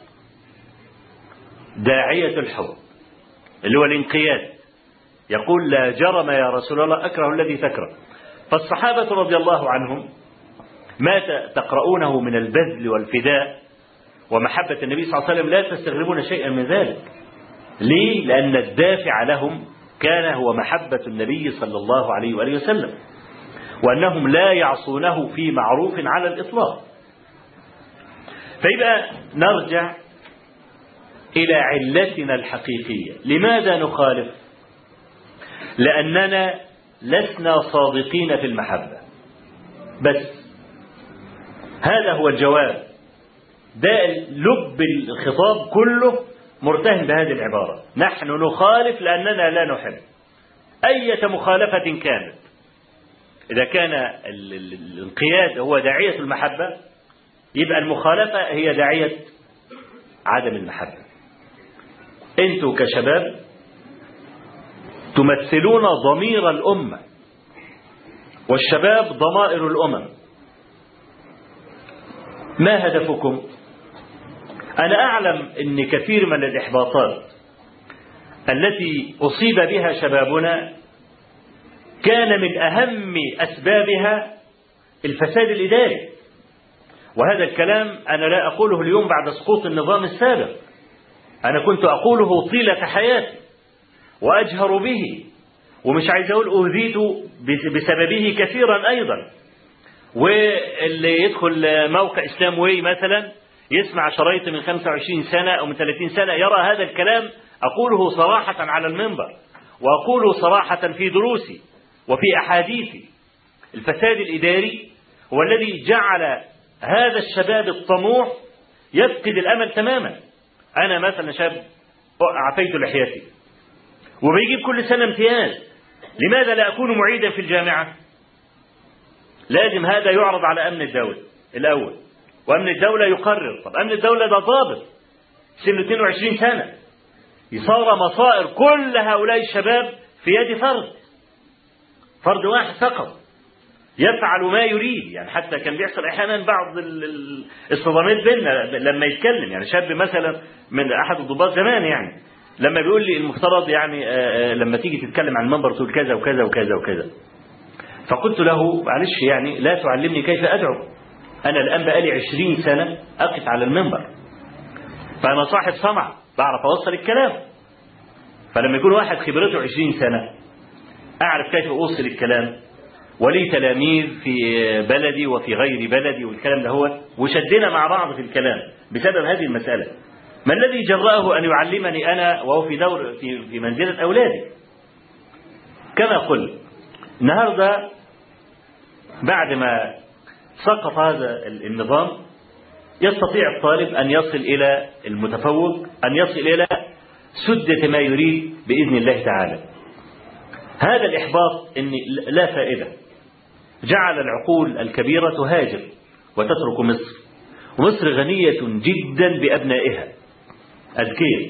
داعية الحب اللي هو الانقياد، يقول: لا جرم يا رسول الله أكره الذي تكره. فالصحابة رضي الله عنهم ما تقرؤونه من البذل والفداء ومحبة النبي صلى الله عليه وسلم لا تستغربون شيئا من ذلك. ليه؟ لأن الدافع لهم كان هو محبة النبي صلى الله عليه وآله وسلم، وأنهم لا يعصونه في معروف على الإطلاق. فيبقى نرجع إلى علتنا الحقيقية. لماذا نخالف؟ لأننا لسنا صادقين في المحبة بس. هذا هو الجواب. ده لب الخطاب كله مرتهن بهذه العبارة: نحن نخالف لأننا لا نحب. أية مخالفة كانت، إذا كان الانقياد هو داعية المحبة، يبقى المخالفة هي داعية عدم المحبة. أنتوا كشباب تمثلون ضمير الأمة، والشباب ضمائر الأمم. ما هدفكم؟ أنا أعلم أن كثير من الإحباطات التي أصيب بها شبابنا كان من أهم أسبابها الفساد الإداري. وهذا الكلام أنا لا أقوله اليوم بعد سقوط النظام السابق، أنا كنت أقوله طيلة حياتي وأجهر به، ومش عايز أقول أوذيت بسببه كثيرا أيضا. واللي يدخل موقع إسلام واي مثلا يسمع شرايط من 25 سنة أو من 30 سنة يرى هذا الكلام أقوله صراحة على المنبر، وأقوله صراحة في دروسي وفي أحاديثي. الفساد الإداري هو الذي جعل هذا الشباب الطموح يفقد الأمل تماما. أنا مثلا شاب عفيت لحيتي وبيجيب كل سنة امتياز، لماذا لا أكون معيدا في الجامعة؟ لازم هذا يعرض على أمن الدولة الأول، وأمن الدولة يقرر. طب أمن الدولة ده ضابط سنه 22 سنة، يصار مصائر كل هؤلاء الشباب في يد فرد واحد فقط يفعل ما يريد. يعني حتى كان بيحصل أحيانا بعض الصدمات بيننا لما يتكلم، يعني شاب مثلا من أحد الضباط زمان يعني لما بيقول لي المفترض يعني لما تيجي تتكلم عن المنبر تقول كذا وكذا وكذا وكذا، فقلت له معلش يعني لا تعلمني كيف أدعو، أنا الآن بقالي 20 سنة أقف على المنبر، فأنا صاحب سمع بعرف أوصل الكلام. فلما يكون واحد خبرته 20 سنة أعرف كيف أوصل الكلام، ولي تلاميذ في بلدي وفي غير بلدي والكلام ده هو، وشدنا مع بعض في الكلام بسبب هذه المسألة. ما الذي جرأه أن يعلمني أنا وهو في دور في منزلة أولادي؟ كما قلت النهاردة بعد ما سقط هذا النظام يستطيع الطالب أن يصل إلى المتفوق، أن يصل إلى سدة ما يريد بإذن الله تعالى. هذا الإحباط إن لا فائدة جعل العقول الكبيرة تهاجر وتترك مصر، ومصر غنية جدا بأبنائها أذكياء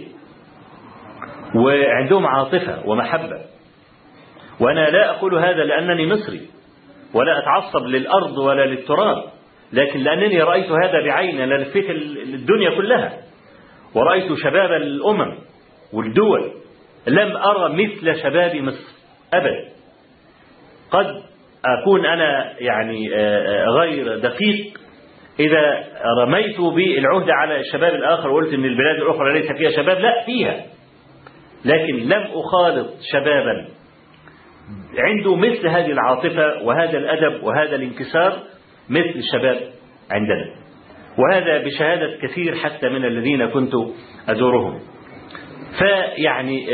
وعندهم عاطفة ومحبة. وأنا لا أقول هذا لأنني مصري ولا أتعصب للأرض ولا للتراب، لكن لأنني رأيت هذا بعيني. أنا لفيت الدنيا كلها ورأيت شباب الأمم والدول، لم أرى مثل شباب مصر أبدا. قد أكون أنا يعني غير دقيق إذا رميت بالعهد على الشباب الآخر وقلت أن البلاد الأخرى ليس فيها شباب، لا فيها، لكن لم أخالط شبابا عنده مثل هذه العاطفة وهذا الأدب وهذا الانكسار مثل الشباب عندنا، وهذا بشهادة كثير حتى من الذين كنت أزورهم. فيعني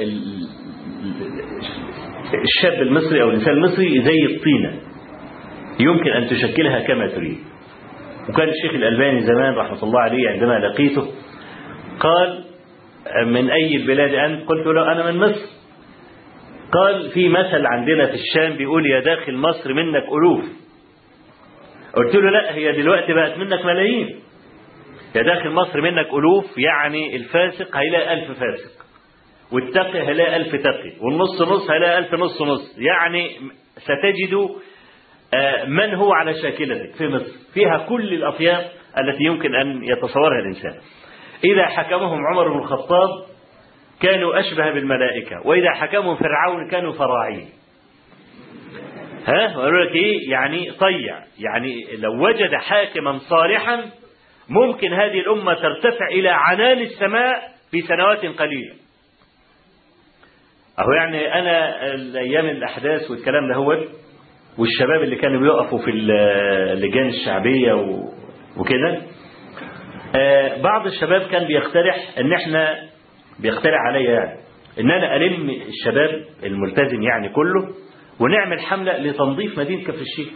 الشاب المصري أو الإنسان المصري زي الطينة يمكن أن تشكلها كما تريد. وكان الشيخ الألباني زمان رحمة الله عليه عندما لقيته قال: من أي البلاد أنت؟ قلت له: أنا من مصر. قال: في مثل عندنا في الشام بيقول يا داخل مصر منك ألوف. قلت له: لا، هي دلوقتي بقت منك ملايين. يا داخل مصر منك ألوف يعني الفاسق هيلاقي 1000 فاسق، والتقي هيلاقي 1000 تقي، والنص نص هيلاقي 1000 نص نص. يعني ستجد من هو على شاكلتك في مصر، فيها كل الأطياف التي يمكن أن يتصورها الإنسان. إذا حكمهم عمر بن الخطاب كانوا أشبه بالملائكة، وإذا حكمهم فرعون كانوا فراعين. وقالوا لك إيه؟ يعني طيع، يعني لو وجد حاكما صالحا ممكن هذه الأمة ترتفع إلى عنان السماء في سنوات قليلة. أهو يعني أنا الأيام الأحداث والكلام ده هو، والشباب اللي كانوا بيقفوا في اللجان الشعبية وكده، بعض الشباب كان بيقترح ان احنا، بيقترح عليا يعني ان انا الم الشباب الملتزم يعني كله ونعمل حملة لتنظيف مدينة كفر الشيخ،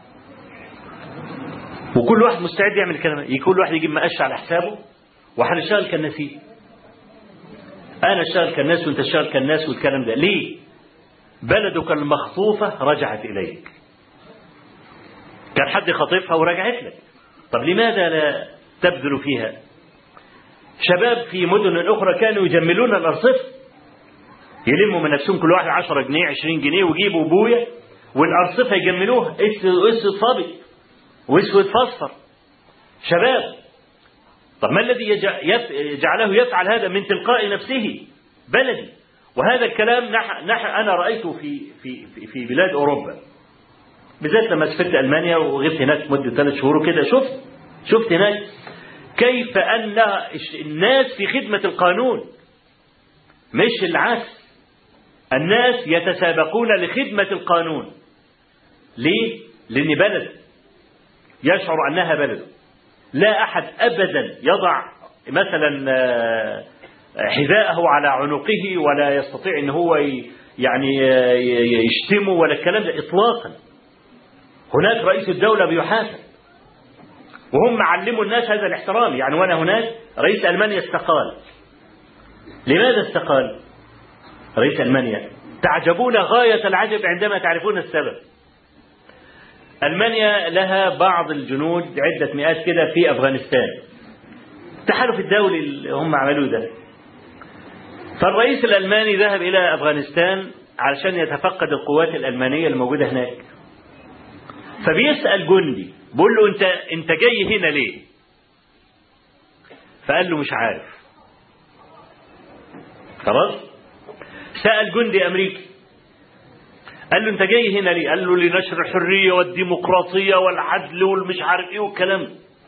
وكل واحد مستعد يعمل الكلام، كل واحد يجيب مقش على حسابه وهنشتغل كالنسيب. انا اشتغل كالناس وانت اشتغل كالناس والكلام ده. ليه؟ بلدك المخطوفة رجعت إليك، كان حد خطيفها ورجعت لك، طب لماذا لا تبذل فيها؟ شباب في مدن أخرى كانوا يجملون الأرصفة، يلموا من نفسهم كل واحد 10 جنيه 20 جنيه ويجيبوا بوية والأرصفة يجملوها اسود صبي واسود فاصفر. شباب، طب ما الذي يجعله يفعل هذا من تلقاء نفسه؟ بلدي. وهذا الكلام أنا رأيته في بلاد أوروبا، بالذات لما سافرت ألمانيا وغبت هناك مدة 3 شهور كده، شفت هناك كيف أن الناس في خدمة القانون، مش العكس. الناس يتسابقون لخدمة القانون. ليه؟ لأن بلد يشعر أنها بلد، لا أحد أبدا يضع مثلا حذاءه على عنقه ولا يستطيع أن هو يعني يشتمه ولا الكلام ده إطلاقا. هناك رئيس الدولة بيحاسب، وهم علموا الناس هذا الاحترام. يعني وأنا هناك رئيس ألمانيا استقال. لماذا استقال رئيس ألمانيا؟ تعجبون غاية العجب عندما تعرفون السبب. ألمانيا لها بعض الجنود عدة مئات كده في أفغانستان، التحالف الدولي اللي هم عملوه ده. فالرئيس الألماني ذهب إلى أفغانستان علشان يتفقد القوات الألمانية الموجودة هناك، فبيسأل جندي بيقول له أنت جاي هنا ليه؟ فقال له مش عارف. خلاص؟ سأل جندي أمريكي قال له أنت جاي هنا ليه؟ قال له لنشر الحرية والديمقراطية والعدل والمش عارف إيه والكلام.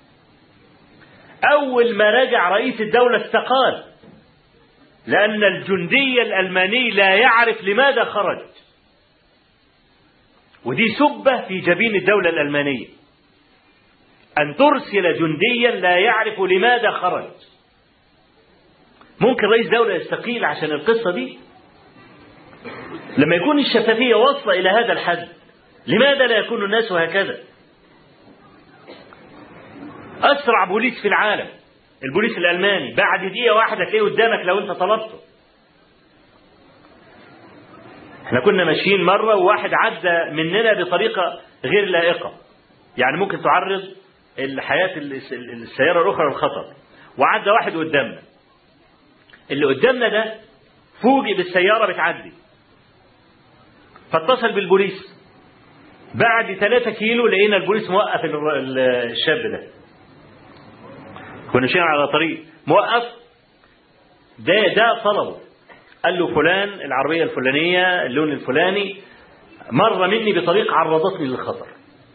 أول ما رجع رئيس الدولة استقال، لأن الجندي الألماني لا يعرف لماذا خرج. ودي سبة في جبين الدولة الألمانية، أن ترسل جنديا لا يعرف لماذا خرج. ممكن رئيس دولة يستقيل عشان القصة دي؟ لما يكون الشفافية واصلة إلى هذا الحد، لماذا لا يكون الناس هكذا؟ أسرع بوليس في العالم البوليس الألماني، بعد دقيقة واحدة تلاقيه قدامك لو أنت طلبته. احنا كنا ماشيين مرة وواحد عدى مننا بطريقة غير لائقة، يعني ممكن تعرض الحياة السيارة الأخرى للخطر، وعدى واحد قدامنا. اللي قدامنا ده فوجئ بالسيارة بتعدي، فاتصل بالبوليس. بعد 3 كيلو لقينا البوليس موقف الشاب ده. كنا ماشيين على طريق موقف، ده طلبه، قال له فلان العربية الفلانية اللون الفلاني مر مني بطريق عرضتني للخطر.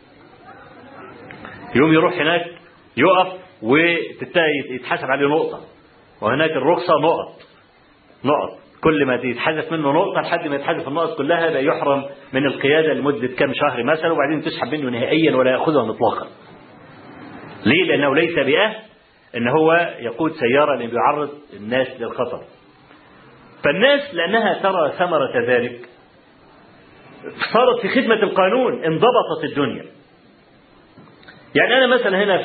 يوم يروح هناك يقف ويتحسب عليه نقطة، وهناك الرخصة نقط، كل ما يتحذف منه نقطة لحد ما يتحذف النقط كلها بقى يحرم من القيادة لمدة كام شهر مثلا، وبعدين تسحب منه نهائيا ولا يأخذها مطلقا. ليه؟ لأنه ليس بأهل إن هو يقود سيارة اللي بيعرض الناس للخطر. فالناس لأنها ترى ثمرة ذلك صارت في خدمة القانون، انضبطت الدنيا. يعني أنا مثلا هنا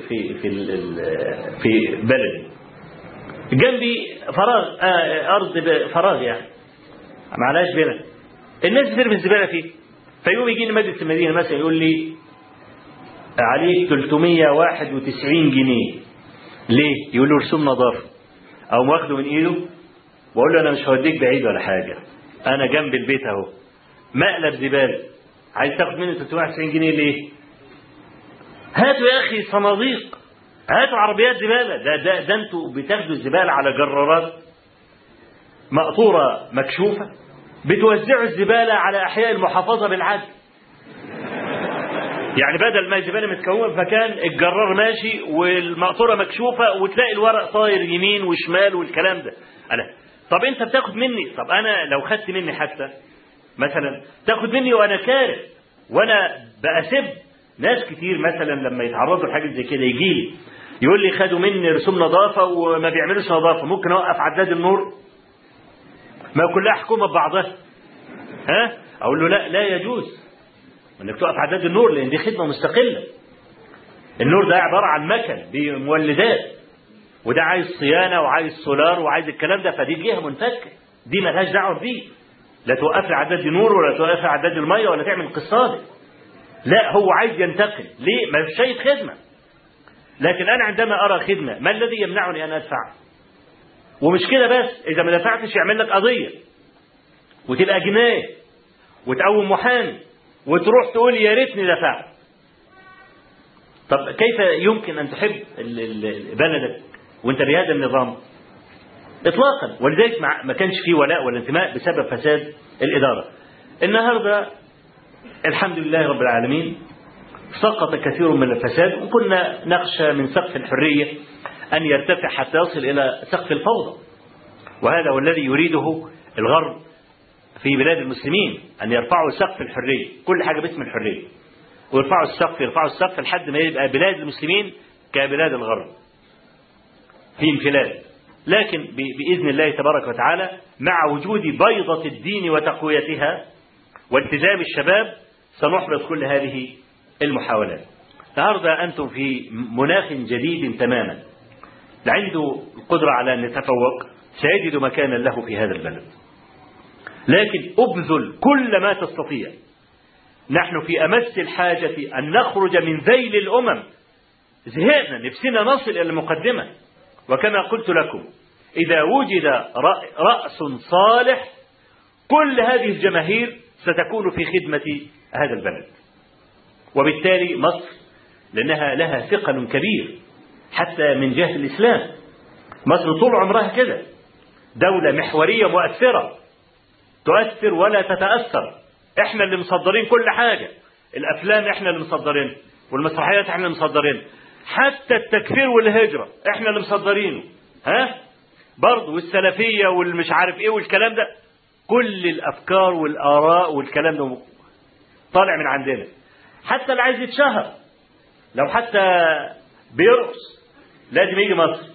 في بلدي جنبي فراغ، أرض فراغ يعني معلاش بنا، الناس بترمي الزبالة فيه. فيوم يجيني مجلس المدينة مثلا يقول لي عليك 391 جنيه. ليه؟ يقول له رسوم نظافة. أو واخده من إيده وأقول له أنا مش هوديك بعيد ولا حاجة، أنا جنب البيت أهو مقلب زبالة، عايز تاخد مني 391 جنيه ليه؟ هاتوا يا أخي صناديق، هاتوا عربيات زبالة. ده أنتوا بتاخدوا الزبالة على جرارات مقطورة مكشوفة، بتوزعوا الزبالة على أحياء المحافظة بالعدل. يعني بدل ما الزبالة متكومة في مكان، الجرار ماشي والمقطورة مكشوفة، وتلاقي الورق طاير يمين وشمال والكلام ده. طب أنت بتاخد مني، طب أنا لو خدت مني حتى مثلا تاخد مني وأنا كاره، وأنا بأسب ناس كتير مثلا لما يتعرضوا لحاجة زي كده يجي لي يقول لي خدوا مني رسوم نظافة وما بيعملوش نظافة، ممكن أوقف عداد النور؟ ما كلها حكومة ببعضها. أقول له لا يجوز انك توقف عداد النور، لان دي خدمه مستقله. النور ده عباره عن مكن بمولدات، وده عايز صيانه وعايز سولار وعايز الكلام ده، فدي جهه منفكه، دي مالهاش دعوه بيه. لا توقف لي عداد النور ولا توقف لي عداد الميه ولا تعمل قصاد. لا، هو عايز ينتقل. ليه؟ ما فيش شيء خدمه. لكن انا عندما ارى خدمه، ما الذي يمنعني ان ادفع؟ ومش كده بس، اذا ما دفعتش يعمل لك قضيه وتبقى جنايه وتقوم محامي وتروح تقول يا ريتني دفعت. طب كيف يمكن أن تحب بلدك وانت بهذا النظام؟ إطلاقا. ولذلك ما كانش فيه ولاء ولا انتماء بسبب فساد الإدارة. النهاردة الحمد لله رب العالمين سقط كثير من الفساد، وكنا نخشى من سقف الحرية أن يرتفع حتى يصل إلى سقف الفوضى، وهذا هو الذي يريده الغرب في بلاد المسلمين، أن يرفعوا سقف الحرية، كل حاجة باسم الحرية، ويرفعوا السقف لحد ما يبقى بلاد المسلمين كبلاد الغرب في انفلات. لكن بإذن الله تبارك وتعالى مع وجود بيضة الدين وتقويتها والتزام الشباب سنحبط كل هذه المحاولات. النهارده أنتم في مناخ جديد تماما، عنده القدرة على أن يتفوق سيجد مكانا له في هذا البلد. لكن أبذل كل ما تستطيع. نحن في أمس الحاجة أن نخرج من ذيل الأمم. زهقنا، نفسنا نصل إلى المقدمة. وكما قلت لكم، إذا وجد رأس صالح كل هذه الجماهير ستكون في خدمة هذا البلد. وبالتالي مصر لأنها لها ثقل كبير حتى من جهة الإسلام. مصر طول عمرها كده دولة محورية مؤثرة، تؤثر ولا تتأثر. احنا اللي مصدرين كل حاجة، الأفلام احنا اللي مصدرين، والمسرحيات احنا اللي مصدرين، حتى التكفير والهجرة احنا اللي مصدرينه. برضه والسلفية والمش عارف ايه والكلام ده، كل الأفكار والآراء والكلام ده طالع من عندنا. حتى اللي عايز يتشهر لو حتى بيرقص لازم يجي مصر.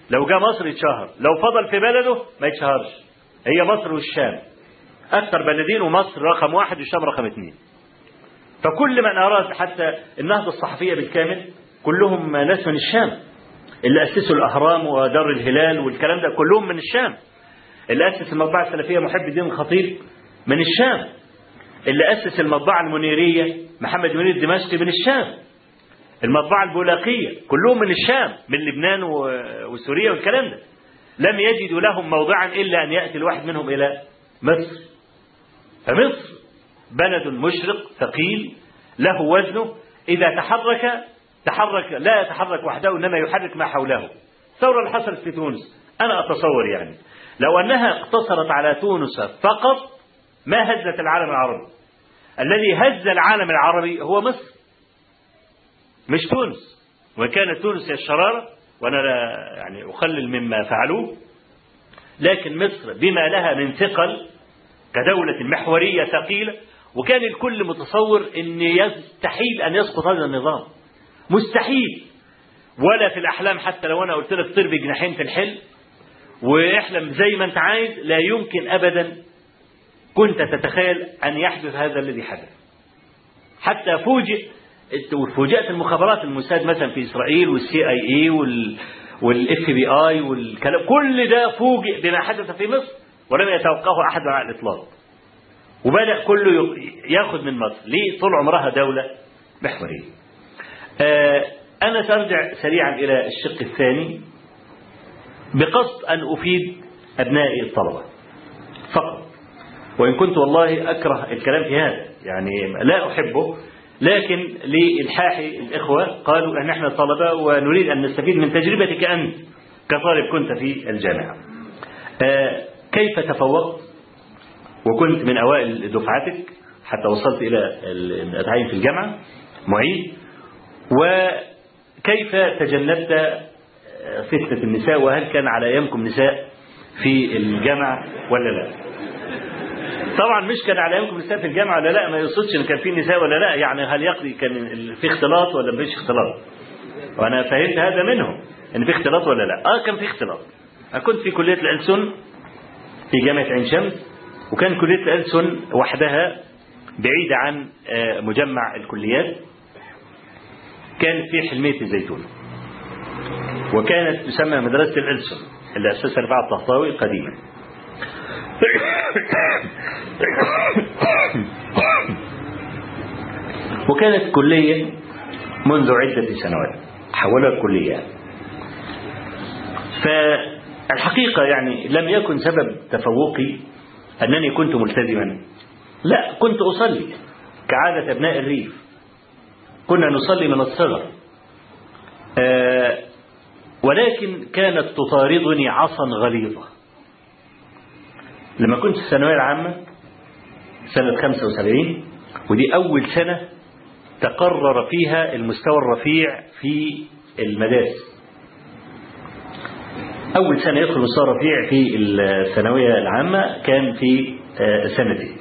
لو جاء مصر يتشهر، لو فضل في بلده ما يتشهرش. هي مصر والشام أكثر بلدين، ومصر رقم 1 والشام رقم 2. فكل من أراد، حتى النهضة الصحفية بالكامل كلهم ناس من الشام. اللي أسسوا الأهرام ودار الهلال والكلام ده كلهم من الشام. اللي أسس المطبعة السلفية محب الدين الخطيب من الشام. اللي أسس المطبعة المنيرية محمد منير الدمشقي من الشام. المطبعة البولاقية كلهم من الشام، من لبنان وسوريا والكلام ده. لم يجدوا لهم موضعا إلا أن يأتي الواحد منهم إلى مصر. فمصر بلد مشرق ثقيل له وزنه، إذا تحرك لا يتحرك وحده، إنما يحرك ما حوله. الثورة اللي حصلت في تونس أنا أتصور يعني لو أنها اقتصرت على تونس فقط ما هزت العالم العربي. الذي هز العالم العربي هو مصر مش تونس. وكانت تونس هي الشرارة، وأنا لا يعني أخلل مما فعلوه، لكن مصر بما لها من ثقل كدولة محورية ثقيلة، وكان الكل متصور أن يستحيل أن يسقط هذا النظام، مستحيل. ولا في الأحلام، حتى لو أنا قلت لك طير بجناحين في الحلم واحلم زي ما أنت عايز، لا يمكن أبدا كنت تتخيل أن يحدث هذا الذي حدث. حتى فوجئت المخابرات الموساد مثلا في إسرائيل والCIA والFBI والكلام، كل ده فوجئ بما حدث في مصر ولم يتوقعه أحد على الإطلاق. وبدأ كله يأخذ من مصر. ليه؟ طول عمرها دولة محورية. أنا سأرجع سريعا إلى الشق الثاني بقصد أن أفيد أبنائي الطلبة فقط، وإن كنت والله أكره الكلام في هذا، يعني لا أحبه، لكن لإلحاح الإخوة قالوا أن احنا طلبة ونريد أن نستفيد من تجربتك أنت كطالب كنت في الجامعة. كيف تفوقت وكنت من أوائل دفعتك حتى وصلت إلى التعيين في الجامعة معيد، وكيف تجنبت فتنة النساء، وهل كان على أيامكم نساء في الجامعة ولا لا؟ طبعا مش كان على أيامكم نساء في الجامعة ولا لا، ما يقصدش إن كان في نساء ولا لا، يعني هل يقضي كان في اختلاط ولا مفيش اختلاط؟ وأنا فهمت هذا منهم إن في اختلاط ولا لا. كان في اختلاط. أنا كنت في كلية الألسن في جامعة عين شمس، وكان كلية الألسن وحدها بعيدة عن مجمع الكليات، كانت في حلمية الزيتون، وكانت تسمى مدرسة الألسن اللي أسسها رفاعة الطهطاوي قديما. وكانت كلية منذ عدة سنوات حولها الكلية. فالحقيقة يعني لم يكن سبب تفوقي أنني كنت ملتزما، لا، كنت أصلي كعادة أبناء الريف، كنا نصلي من الصغر، ولكن كانت تطاردني عصا غليظة. لما كنت في الثانوية العامة سنة 75، ودي أول سنة تقرر فيها المستوى الرفيع في المدارس، أول سنة يدخل المستوى الرفيع في الثانوية العامة كان في سنتي.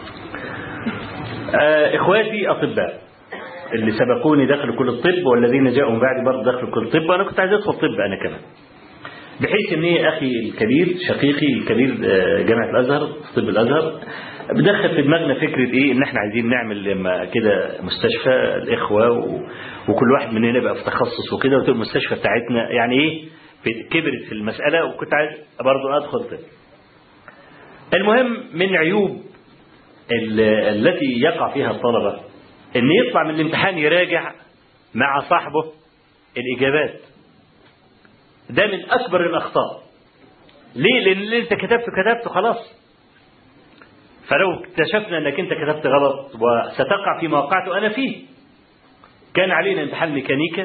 إخواتي أطباء اللي سبقوني دخلوا كل الطب، والذين جاءوا من بعد برضه دخلوا كل الطب، وأنا كنت عايز أدخل طب أنا كمان، بحيث ان أخي الكبير شقيقي الكبير جامعة الأزهر طب الأزهر بدخل في دماغنا فكرة إيه، إن إحنا عايزين نعمل لما كده مستشفى الإخوة وكل واحد مننا يبقى في تخصص وكده، وتبقى المستشفى بتاعتنا يعني إيه كبرت في المسألة، وكنت عايز برضه أدخل طب. المهم من عيوب التي يقع فيها الطلبة إن يطلع من الامتحان يراجع مع صاحبه الإجابات. ده من أكبر الأخطاء. ليه؟ لأن اللي أنت كتبته خلاص. فلو اكتشفنا أنك أنت كتبت غلط وستقع فيما وقعت أنا فيه. كان علينا امتحان ميكانيكا،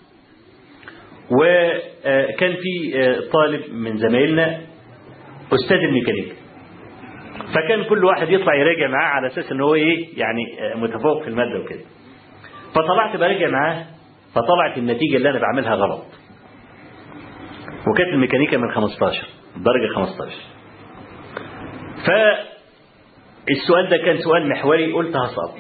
وكان في طالب من زمايلنا أستاذ الميكانيكا، فكان كل واحد يطلع يراجع معاه على أساس أنه إيه يعني متفوق في المادة وكده. فطلعت براجع معاه، فطلعت النتيجة اللي أنا بعملها غلط، وكانت الميكانيكا من 15 درجة 15. فالسؤال ده كان سؤال محوري، قلت هسقط،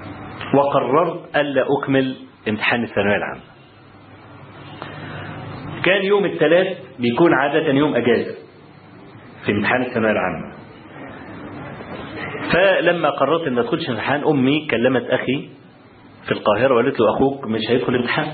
وقررت ألا أكمل امتحان الثانوية العامة. كان يوم الثلاث بيكون عادة يوم أجازة في امتحان الثانوية العامة. فلما قررت أن ما أدخلش امتحان، أمي كلمت أخي في القاهرة وقالت له أخوك مش هيدخل امتحان.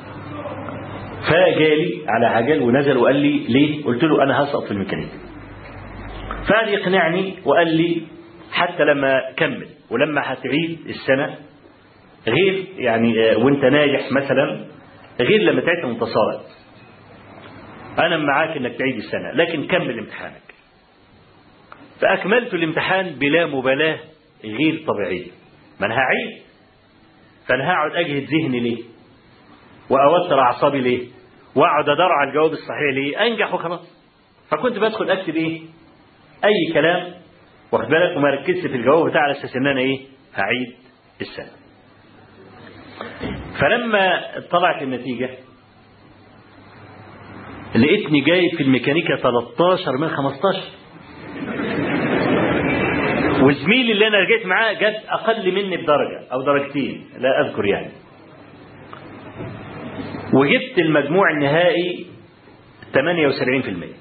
فجالي على عجل ونزل وقال لي ليه؟ قلت له أنا هسقط في الميكانيكا. فقال يقنعني وقال لي حتى لما كمل ولما هتعيد السنة غير يعني وانت ناجح مثلا غير لما تعيد وانت ساقط. أنا معاك إنك تعيد السنة لكن كمل امتحانك. فأكملت الامتحان بلا مبالاة غير طبيعية. ما أنا هعيد، فأنا هقعد أجهد ذهني ليه؟ وأوتر أعصابي ليه؟ وأقعد أدور على الجواب الصحيح ليه؟ أنجح وخلاص. فكنت بدخل أكتب إيه؟ أي كلام، واخد بالك، وما ركزت في الجواب بتاع على أساس إن أنا إيه؟ هعيد السنة. فلما طلعت النتيجة لقيتني جايب في الميكانيكا 13 من 15، وزميلي اللي أنا رجعت معاه جاب أقل مني بدرجة أو درجتين لا أذكر يعني. وجبت المجموع النهائي 78%.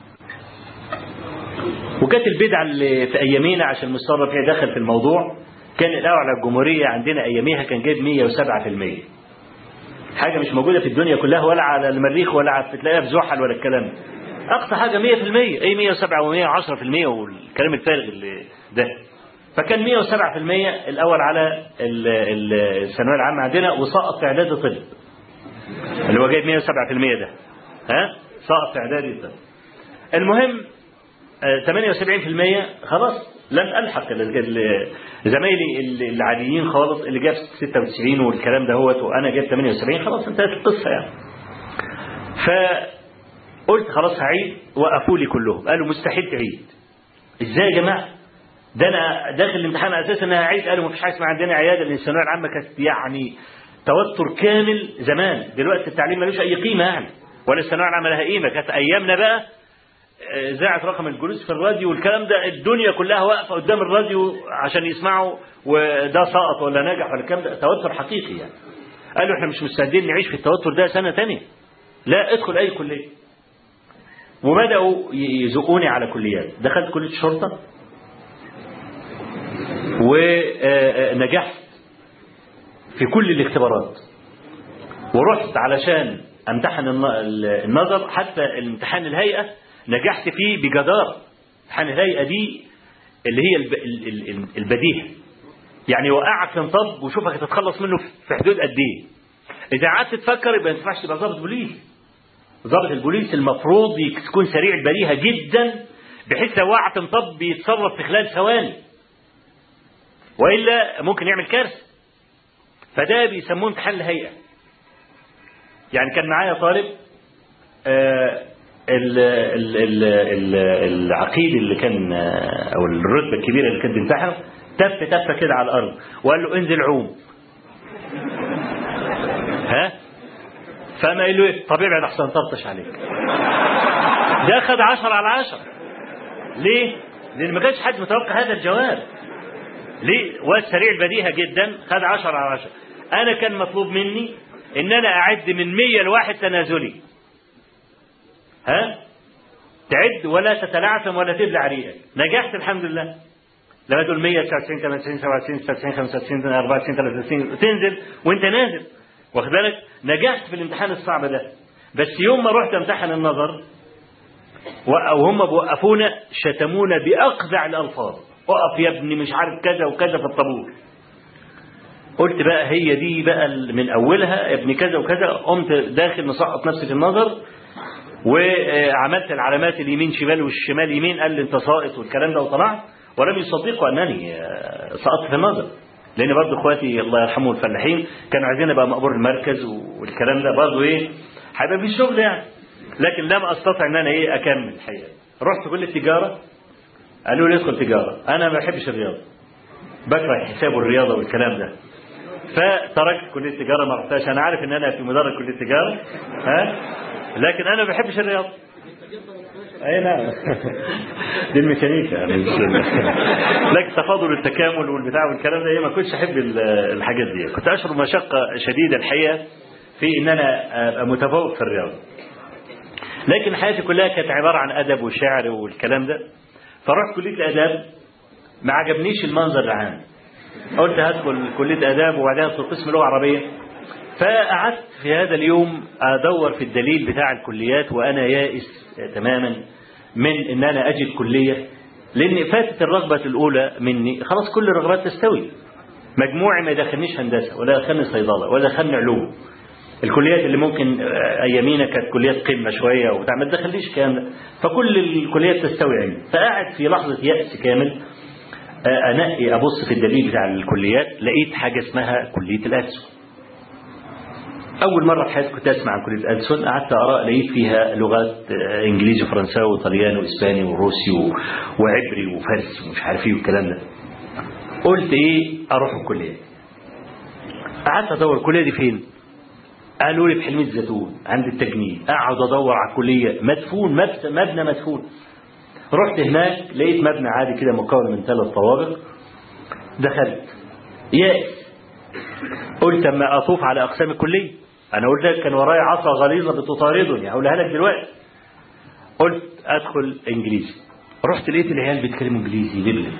وكانت البدعة اللي في أيامينا عشان مستر رفيع دخل في الموضوع، كان الأول على الجمهورية عندنا أياميها كان جايب 107%. حاجة مش موجودة في الدنيا كلها ولا على المريخ ولا تلاقيها في زحل ولا الكلام. أقصى حاجة 100%، أي 107 و110% والكلام الفارغ اللي ده. فكان 107% الأول على الثانوية العامة عندنا، وسقط في إعداد طب اللي هو جايب 107% ده، سقط في إعداد طب. المهم 78% خلاص لن ألحق زمايلي العاديين خالص اللي جاب 96 والكلام ده هو، وأنا جاب 78، خلاص انتهت القصة يعني. فقلت خلاص هعيد، وقفوا لي كلهم قالوا مستحيل تعيد. ازاي يا جماعة؟ ده أنا داخل الامتحان أساسا أنا هعيد. قالوا مفيش حاجة اسمها عندنا عيادة، لأن الثانوية العامة كانت يعني توتر كامل زمان. دلوقتي التعليم ملوش أي قيمة يعني، ولا الثانوية العامة لها قيمة. كانت أيامنا بقى إذاعة رقم الجلوس في الراديو والكلام ده، الدنيا كلها واقفة قدام الراديو عشان يسمعوا وده سقط ولا نجح ولا الكلام ده. توتر حقيقي يعني. قالوا احنا مش مستعدين نعيش في التوتر ده سنة تانية، لا ادخل أي كلية. وبدأوا يزقوني على كليات. دخلت كلية الشرطة ونجحت في كل الاختبارات، ورحت علشان امتحن النظر. حتى الامتحان الهيئة نجحت فيه بجدارة. امتحان الهيئة دي اللي هي البديهة، يعني وقعك في مطب وشوفك هتتخلص منه في حدود قد ايه. اذا قعدت تفكر يبقى ما ينفعش تبقى ضابط بوليس. ضابط البوليس المفروض يكون سريع البديهة جدا، بحيث لو وقعت مطب بيتصرف في خلال ثواني، وإلا ممكن يعمل كارثة. فده بيسموه امتحان الهيئة. يعني كان معايا طالب العقيد اللي كان او الرتبة الكبيرة اللي كان بيمتحنه تفة كده على الأرض وقال له انزل عوم. فما قال له ايه؟ طب ابعد احسن طرطش عليك. ده خد 10 على 10. ليه؟ لأن ما كانش حد متوقع هذا الجواب. ليه؟ واد سريع البديهة جدا خد 10 على 10. أنا كان مطلوب مني إن أنا أعد من 100 لواحد تنازلي. تعد ولا تتلعثم ولا تبلع ريقك. نجحت الحمد لله. لما تقول 100 99 98 97 99 95 94 93 تنزل وأنت نازل، واخد بالك؟ نجحت في الامتحان الصعب ده. بس يوم ما رحت امتحن النظر وهم بوقفونا شتمونا بأقذع الألفاظ. وقف يا ابني مش عارف كذا وكذا في الطابور. قلت بقى هي دي بقى من أولها يا ابني كذا وكذا. قمت داخل مسقط نفسي في النظر، وعملت العلامات اليمين شمال والشمال يمين. قال لي انت ساقط والكلام ده، وطلعت ولم يصدقوا أنني سقطت في النظر. لأن برضه إخواتي الله يرحمهم الفلاحين كانوا عايزين أبقى مأمور المركز والكلام ده برضه إيه هيبقى في شغل يعني. لكن لم أستطع أن أنا أكمل الحقيقة. رحت كل التجارة، قالوا لي ادخل تجارة. أنا ما بحبش الرياضة، بكره حساب الرياضة والكلام ده. فتركت كلية التجارة ما رحتهاش. أنا عارف إن أنا في مدرج كلية التجارة لكن أنا ما بحبش الرياضة. أي نعم. دي الميكانيكا يعني. لكن تفاضل التكامل والبتاع والكلام ده ما كنتش أحب الحاجات دي. كنت أشعر مشقة شديدة الحقيقة في إن أنا أبقى متفوق في الرياضة. لكن حياتي كلها كانت عبارة عن أدب وشعر والكلام ده. فرحت كلية الآداب، ما عجبنيش المنظر العام، قلت هدخل كلية آداب وبعدين أدخل قسم لغة عربية. فقعدت في هذا اليوم أدور في الدليل بتاع الكليات وأنا يائس تماما من إن أنا أجد كلية، لأن فاتت الرغبة الأولى مني، خلاص كل الرغبات تستوي. مجموعي ما يدخلنيش هندسة ولا دخلني صيدلة ولا دخلني علوم. الكليات اللي ممكن أيامينا كانت كليات قمة شوية وبتاع ما تدخليش الكلام ده، فكل الكليات تستوي عندي. فقعد في لحظة يأس كامل أنقي أبص في الدليل بتاع الكليات، لقيت حاجة اسمها كلية الألسن. أول مرة في حياتي كنت أسمع عن كلية الألسن، قعدت أقرأ لقيت فيها لغات إنجليزي وفرنساوي وطلياني وإسباني وروسي وعبري وفارسي ومش عارف إيه والكلام ده. قلت إيه أروح الكلية. قعدت أدور الكلية دي فين؟ قالوا لي في حلمية الزيتون عند التجنيد. أقعد أدور على الكلية، مدفون مبنى مدفون. رحت هناك لقيت مبنى عادي كده مكون من 3 طوابق. دخلت يائس، قلت اما اطوف على اقسام الكليه. انا قلت لك كان ورايا عصا غليظه بتطاردني، هقولها لك دلوقتي. قلت ادخل انجليزي. رحت لقيت العيال بيتكلموا انجليزي لبلب،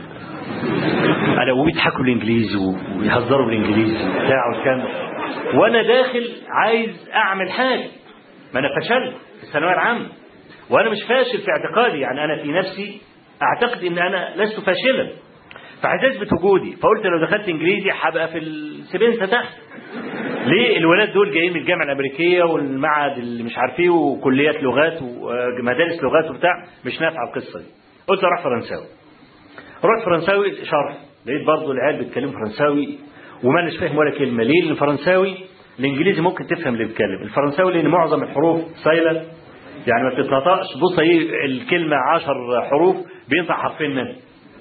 انا وبيضحكوا بالانجليزي ويهزروا بالانجليزي وبتاع والكلام ده، وانا داخل عايز اعمل حاجه. ما انا فشلت في الثانويه العامه، وانا مش فاشل في اعتقادي، يعني انا في نفسي اعتقد ان انا لست فاشلا، فعايز اثبت وجودي. فقلت لو دخلت انجليزي هبقى في السبنسه تحت. ليه؟ الولاد دول جايين من الجامعه الامريكيه والمعهد اللي مش عارف ايه وكليات لغات ومدارس لغات وبتاع، مش نافعه القصه دي. قلت اروح فرنساوي. رحت فرنساوي شرح، لقيت برضه العيال بيتكلموا فرنساوي وما اناش فاهم ولا كلمه. ليه؟ لان الفرنساوي الانجليزي ممكن تفهم اللي بيتكلم، الفرنساوي لان معظم الحروف سايله، يعني ما بتتنطقش. بص ايه الكلمه 10 حروف بينطق حرفين منها،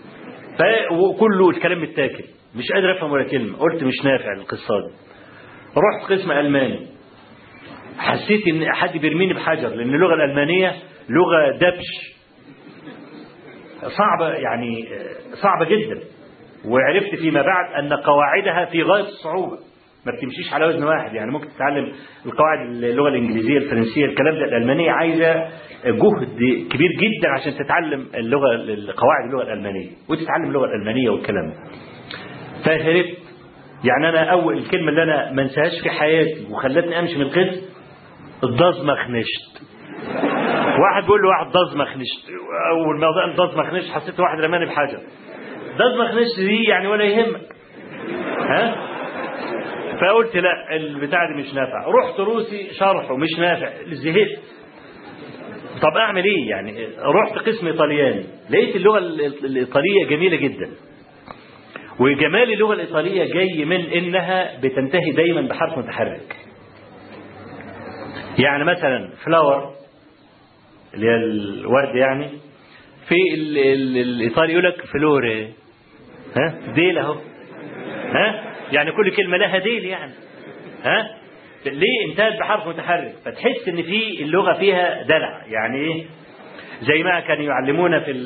وكله الكلام متاكل، مش قادر افهم ولا كلمه. قلت مش نافع القصه دي. رحت قسم الماني، حسيت ان حد بيرميني بحجر، لان اللغه الالمانيه لغه دبش صعبه، يعني صعبه جدا. وعرفت فيما بعد ان قواعدها في غايه الصعوبه، ما بتمشيش على وزن واحد. يعني ممكن تتعلم القواعد اللغه الانجليزيه الفرنسيه الكلام ده، الالمانيه عايزه جهد كبير جدا عشان تتعلم قواعد اللغه الالمانيه وتتعلم اللغه الالمانيه والكلام ده. فهربت. يعني انا اول الكلمه اللي انا ما انساهاش في حياتي وخلتني امشي من القسم، الضزمخنشت. واحد بيقول له واحد ضزمخنشت، اول ما قال ضزمخنشت حسيت واحد رماني بحجر. ضزمخنشت دي يعني ولا يهمك، ها؟ فقلت لا البتاع دي مش نافع. رحت روسي شرحه مش نافع، زهقت. طب اعمل ايه يعني؟ رحت قسم ايطالياني، لقيت اللغه الايطاليه جميله جدا. وجمال اللغه الايطاليه جاي من انها بتنتهي دايما بحرف متحرك. يعني مثلا فلاور اللي هي الورد، يعني في الايطالي يقول لك فلوري، ها ديل اهو، ها يعني كل كلمه لها ديل يعني، ها ليه؟ انتهت بحرف متحرك. فتحس ان في اللغه فيها دلع. يعني ايه؟ زي ما كانوا يعلمونا في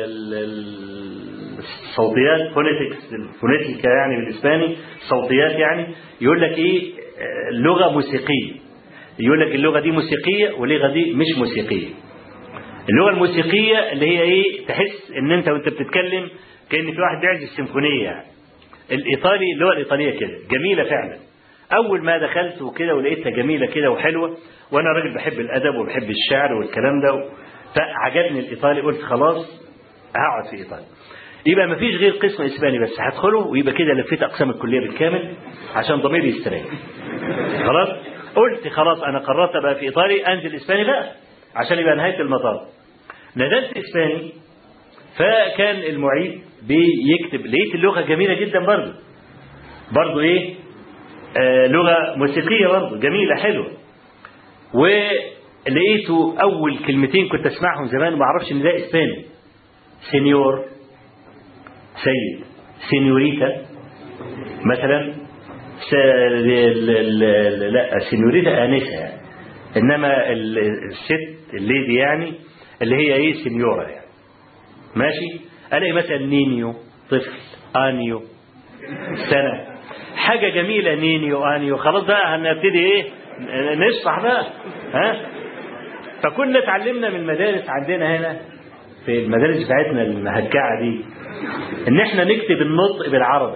الصوتيات فونيتكس، الفونيتيكا يعني بالاسباني صوتيات، يعني يقول لك ايه؟ لغه موسيقيه. يقول لك اللغه دي موسيقيه واللغه دي مش موسيقيه. اللغه الموسيقيه اللي هي ايه؟ تحس ان انت وانت بتتكلم كأن في واحد بيعزف سيمفونيه. يعني الايطالي اللغه الايطاليه كده جميله فعلا. اول ما دخلت وكده ولقيتها جميله كده وحلوه، وانا راجل بحب الادب وبحب الشعر والكلام ده، فعجبني الايطالي. قلت خلاص هقعد في ايطاليا. يبقى ما فيش غير قسم اسباني بس هدخله، ويبقى كده لفيت اقسام الكليه بالكامل عشان ضميري يستريح. خلاص قلت خلاص انا قررت ابقى في ايطاليا، انزل اسباني بقى عشان يبقى نهايه المطاف. نزلت اسباني، فكان المعيد بيكتب، لقيت اللغه جميله جدا برضه ايه؟ لغه موسيقيه برضه جميله حلوه. ولقيته اول كلمتين كنت اسمعهم زمان وما اعرفش ان ده اسباني. سينيور سيد، سينيوريتا مثلا، لا سينيوريتا انسه يعني. انما الست الليدي يعني اللي هي ايه؟ سينيورا يعني. ماشي. الاقي مثلا نينيو طفل، انيو سنه، حاجه جميله. نينيو انيو، خلاص بقى هنبتدي ايه؟ نشرح بقى، ها؟ فكنا اتعلمنا من المدارس عندنا هنا في المدارس بتاعتنا المهجعة دي ان احنا نكتب النطق بالعربي.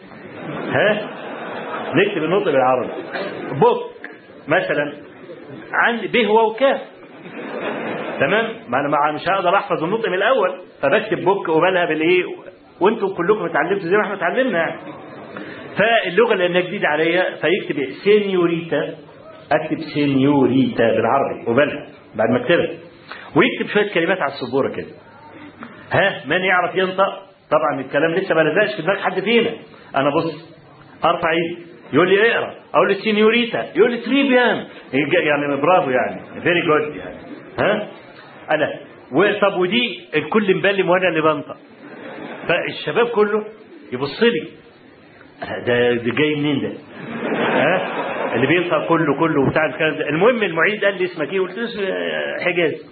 نكتب النطق بالعربي. بوك مثلا عندي به وكاف، تمام، ما انا مش هقدر احفظ النطق من الاول، فبكتب بوك وبالها بالايه، وانتم كلكم اتعلمتوا زي ما احنا اتعلمنا يعني. فاللغه لانها جديده عليا فيكتب سينيوريتا، اكتب سينيوريتا بالعربي وبالها بعد ما اكتبها، ويكتب شويه كلمات على السبوره كده. من يعرف ينطق؟ طبعا الكلام لسه ما لزقش في دماغ حد فينا. انا بص ارفع ايدي يقول لي اقرا، اقول له سينيوريتا يقول لي تريبيان، يعني برافو يعني فيري جود يعني. انا طب ودي الكل مبلم وانا اللي بنطق، فالشباب كله يبص لي ده جاي منين ده؟ اللي بينطق كله بتاع الكلام ده. المهم المعيد قال لي اسمك ايه؟ قلت له حجاز.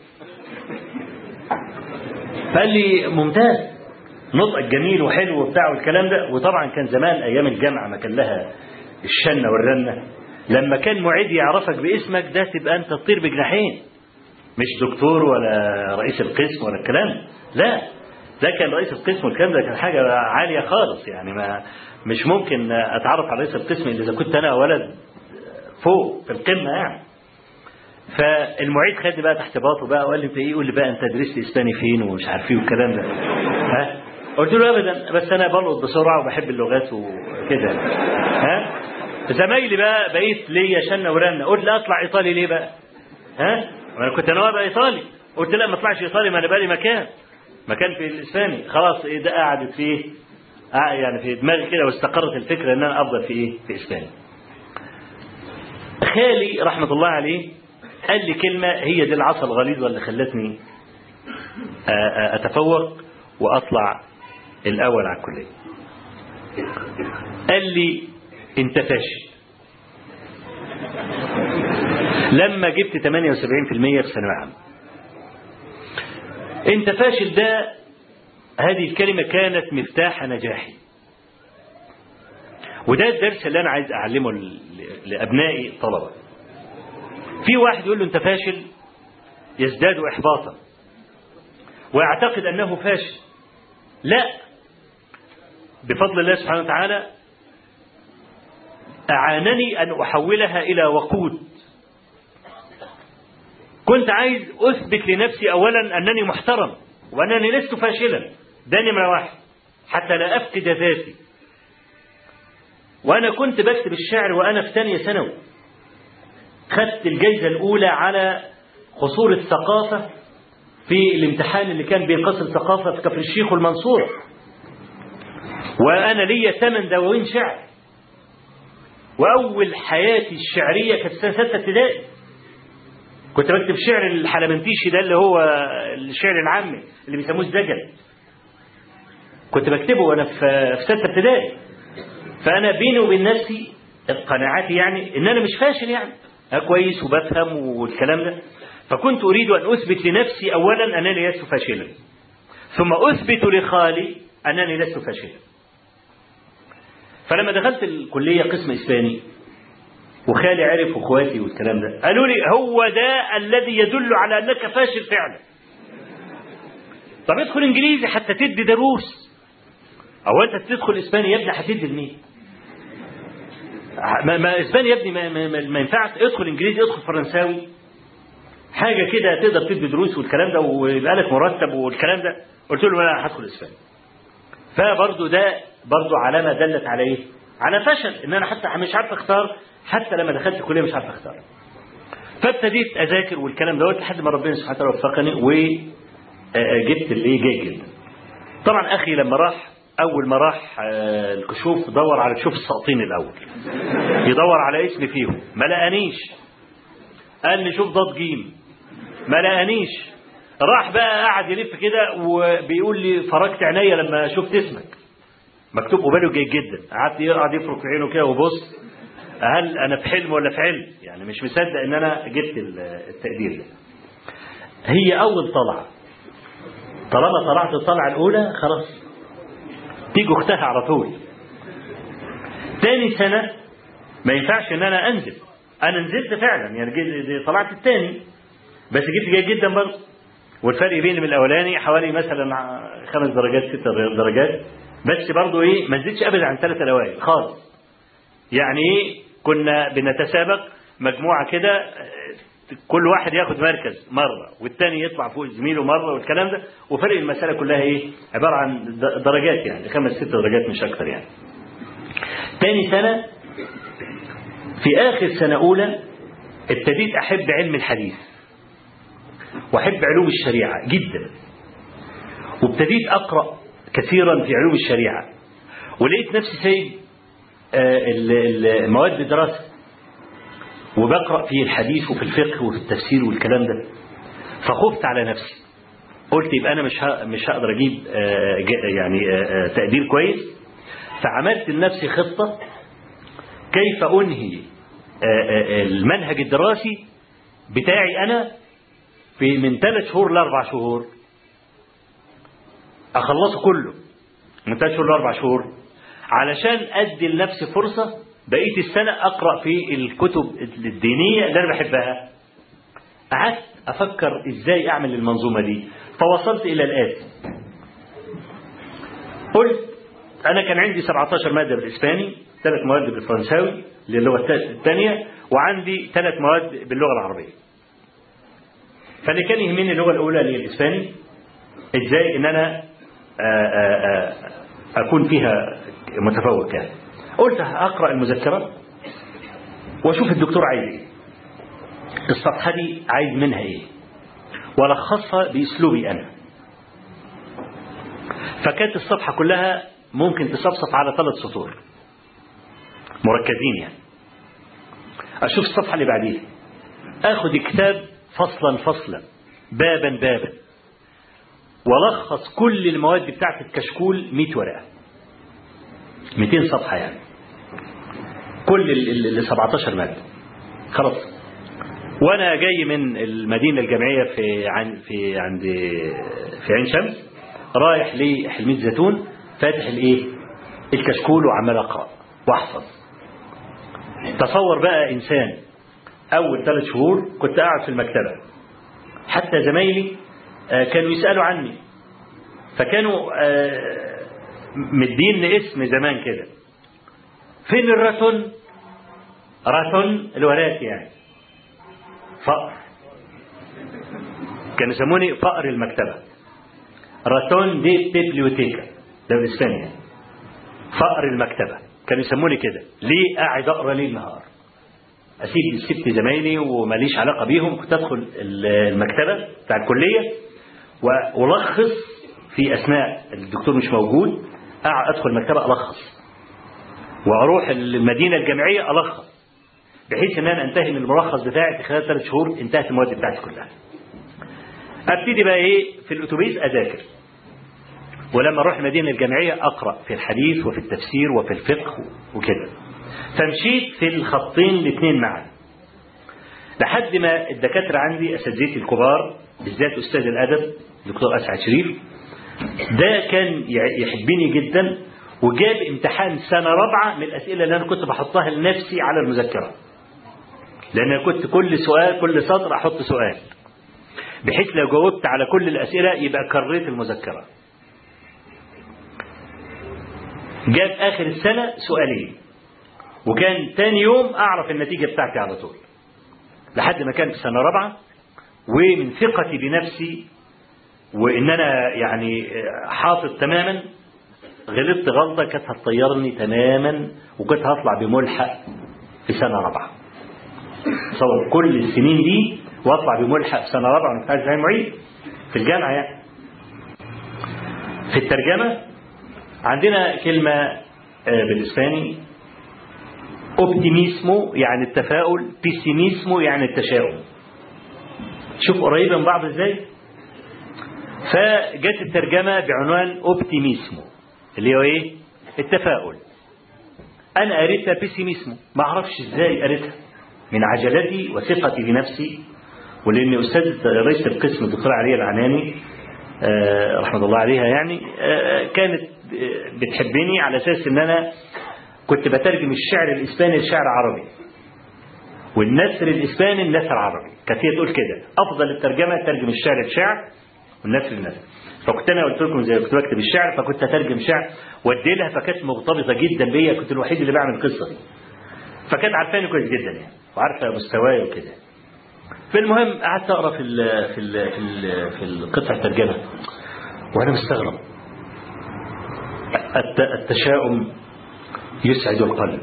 فقال لي ممتاز، نطقك جميل وحلو وبتاع والكلام ده. وطبعا كان زمان ايام الجامعه ما كان لها الشنه والرنه، لما كان معيد يعرفك باسمك ده تبقى انت تطير بجناحين، مش دكتور ولا رئيس القسم ولا الكلام، لا ده كان رئيس القسم والكلام ده كان حاجه عاليه خالص يعني. مش ممكن اتعرف على رئيس القسم الا اذا كنت انا ولد فوق في القمه يعني. فالمعيد خدني بقى تحت باطه بقى وقال لي انت ايه؟ يقول لي بقى انت درست اسباني فين ومش عارف ايه والكلام ده. قلت له ابدا، بس انا بلقط بسرعه وبحب اللغات وكده. زمايلي بقى بقيت ليا شنه ورنه. قلت لا اطلع ايطالي ليه بقى؟ انا كنت انا ابقى ايطالي. قلت لا ما اطلعش ايطالي، ما انا بقى لي مكان في الاسباني خلاص. ايه ده قعدت فيه يعني في دماغي كده، واستقرت الفكره ان انا افضل في ايه؟ في اسباني. خالي رحمه الله عليه قال لي كلمه هي دي العصا الغليظه اللي خلتني اتفوق واطلع الاول على الكليه. قال لي انت فاشل. لما جبت 78% في ثانويه عامه انت فاشل، ده هذه الكلمه كانت مفتاح نجاحي. وده الدرس اللي انا عايز اعلمه لابنائي الطلبه. في واحد يقول له انت فاشل يزداد احباطا ويعتقد انه فاشل. لا، بفضل الله سبحانه وتعالى اعانني ان احولها الى وقود. كنت عايز اثبت لنفسي اولا انني محترم وانني لست فاشلا، ده نمرة واحد حتى لا افقد ذاتي. وانا كنت بكتب الشعر وانا في ثانيه ثانوي، خدت الجائزة الأولى على قصور الثقافة في الامتحان اللي كان بيقاس الثقافة في كفر الشيخ والمنصورة، وأنا ليا 8 دواوين شعر. وأول حياتي الشعرية كانت سنة 6 ابتدائي. كنت بكتب شعر الحلمنتيشي ده اللي هو الشعر العامي اللي بيسموه الزجل، كنت بكتبه وأنا في 6 ابتدائي. فأنا بيني وبين نفسي قناعاتي يعني إن أنا مش فاشل يعني، كويس وبفهم والكلام ده. فكنت أريد أن أثبت لنفسي أولا أنني لست فاشلا، ثم أثبت لخالي أنني لست فاشلا. فلما دخلت الكلية قسم إسباني وخالي عرف واخواتي والكلام ده، قالوا لي هو ده الذي يدل على أنك فاشل فعلا. طب ادخل إنجليزي حتى تدي دروس، أو أنت تدخل إسباني يا ابني هتدي لمين؟ ما اسباني يا ابني ما ينفعش. ادخل انجليزي، ادخل فرنساوي، حاجه كده تقدر تدي دروس والكلام ده ويبقى لك مرتب والكلام ده. قلت له انا هدخل اسباني. فبرضه ده برضه علامه دلت على ايه؟ على فشل، ان انا حتى مش عارف اختار. حتى لما دخلت الكليه مش عارف اختار. فابتديت اذاكر والكلام دوت لحد ما ربنا سبحانه وتعالى وفقني وجبت الايه جيد جدا. طبعا اخي لما راح أول ما راح الكشوف دور على كشوف الساقطين الأول، يدور على اسمي فيهم، ما لقانيش. قال لي شوف ضاد جيم، ما لقانيش. راح بقى قاعد يلف كده وبيقول لي فرجت عينيا لما شفت اسمك مكتوب قباله جيد جدا. قعد يفرك في عينه كده وبص هل أنا في حلم ولا في علم، يعني مش مصدق إن أنا جبت التقدير ده. هي أول طلعة، طالما طلعت الطلعة الأولى خلاص تيجي اختها على طول. تاني سنة ما ينفعش ان انا انزل. انا نزلت فعلا يعني طلعت الثاني، بس جبت جيد جدا برضه، والفرق بيني من الاولاني حوالي مثلا 5 درجات 6 درجات، بس برضه ايه ما نزلتش ابدا عن 3 الاوائل خالص. يعني ايه كنا بنتسابق مجموعه كده، كل واحد ياخد مركز مره والتاني يطلع فوق زميله مره والكلام ده، وفرق المساله كلها ايه عباره عن درجات، يعني 5 6 درجات مش اكتر يعني. تاني سنه في اخر سنه اولى ابتديت احب علم الحديث واحب علوم الشريعه جدا، وابتديت اقرا كثيرا في علوم الشريعه، ولقيت نفسي سايب مواد الدراسه وبقرا في الحديث وفي الفقه وفي التفسير والكلام ده. فخفت على نفسي، قلت يبقى انا مش هقدر اجيب يعني تقدير كويس. فعملت لنفسي خطه كيف انهي المنهج الدراسي بتاعي انا في من 3 شهور ل4 شهور، اخلصه كله من 3 شهور ل4 شهور، علشان ادي لنفسي فرصه بقيت السنه اقرا في الكتب الدينيه اللي انا بحبها. قعدت افكر ازاي اعمل المنظومه دي، فوصلت الى الاتي. قلت انا كان عندي 17 ماده بالاسباني، 3 مواد بالفرنساوي للغه الثانيه، وعندي 3 مواد باللغه العربيه. فاللي كان يهمني اللغه الاولى اللي هي الاسباني، ازاي ان انا اكون فيها متفوق يعني. قلت هقرا المذكره واشوف الدكتور عايز ايه، الصفحه دي عايز منها ايه، والخصها باسلوبي انا. فكانت الصفحه كلها ممكن تصفصف على 3 سطور مركزين يعني. اشوف الصفحه اللي بعديها، اخد الكتاب فصلا فصلا بابا بابا، ولخص كل المواد بتاعت الكشكول 100 ورقه 200 صفحه يعني، كل ال 17 ماده خلاص. وانا جاي من المدينه الجامعيه في عين شمس رايح لحلمية زيتون، فاتح الايه الكشكول وعمال اقرا واحفظ. تصور بقى انسان اول 3 شهور كنت قاعد في المكتبه، حتى زمايلي كانوا يسالوا عني، فكانوا مدين اسم زمان كده، فين الراتون؟ راتون الورات يعني فقر، كانوا يسموني فقر المكتبه، راتون دي بيبليوتيكا ده بالاسباني يعني. فقر المكتبه كانوا يسموني كده. ليه؟ قاعد اقرا ليل نهار، سبت زمايلي وماليش علاقه بيهم، كنت ادخل المكتبه بتاع الكليه والخص في اثناء الدكتور مش موجود، ادخل المكتبه الخص، واروح المدينه الجامعيه الخص، بحيث ان انا انتهي من الملخص بتاعي في خلال 3 شهور انتهت المواد بتاعتي كلها. ابتدي بقى ايه في الاتوبيس اذاكر، ولما اروح المدينه الجامعيه اقرا في الحديث وفي التفسير وفي الفقه وكده. فمشيت في الخطين الاثنين معا لحد ما الدكاتره عندي اساتذتي الكبار، بالذات استاذ الادب دكتور اسعد شريف، ده كان يحبني جدا، وجاب امتحان سنه رابعه من الاسئله اللي انا كنت بحطها لنفسي على المذكره، لان انا كنت كل سؤال كل سطر احط سؤال، بحيث لو جاوبت على كل الاسئله يبقى كريت المذكره. جاب اخر السنه سؤالين، وكان تاني يوم اعرف النتيجه بتاعتي على طول، لحد ما كان في سنه رابعه. ومن ثقتي بنفسي وان انا يعني حافظ تماما، غلطت غلطه كانت هتطيرني تماما، وكنت هطلع بملحق في سنه رابعه. تصور كل السنين دي واطلع بملحق في سنه رابعه، وانا عايز معيد في الجامعه يعني. في الترجمه عندنا كلمه بالاسباني اوبتيميسمو يعني التفاؤل، بيسيميسمو يعني التشاؤم. شوف قريبه من بعض ازاي. فجت الترجمه بعنوان اوبتيميسمو اللي هو ايه التفاؤل. انا قريتها بيسيميسمو، ما اعرفش ازاي قريتها، من عجلتي وثقتي بنفسي، ولان استاذ رئيس القسم الدكتوره عليا العناني رحمه الله عليها يعني كانت بتحبني على اساس ان انا كنت بترجم الشعر الاسباني لشعر عربي، والنثر الاسباني لنثر عربي. كانت هي تقول كده أفضل الترجمة ترجم الشعر لشعر والنثر للنثر. فكنت أنا قلت لكم زي كنت بكتب الشعر فكنت أترجم شعر وأدي لها، فكانت مرتبطة جدا بيا، كنت الوحيد اللي بعمل القصة دي، فكانت عارفاني كويس جدا يعني وعارفة مستواي وكده. فالمهم قعدت أقرأ في القطع الترجمة وأنا مستغرب. التشاؤم يسعد القلب.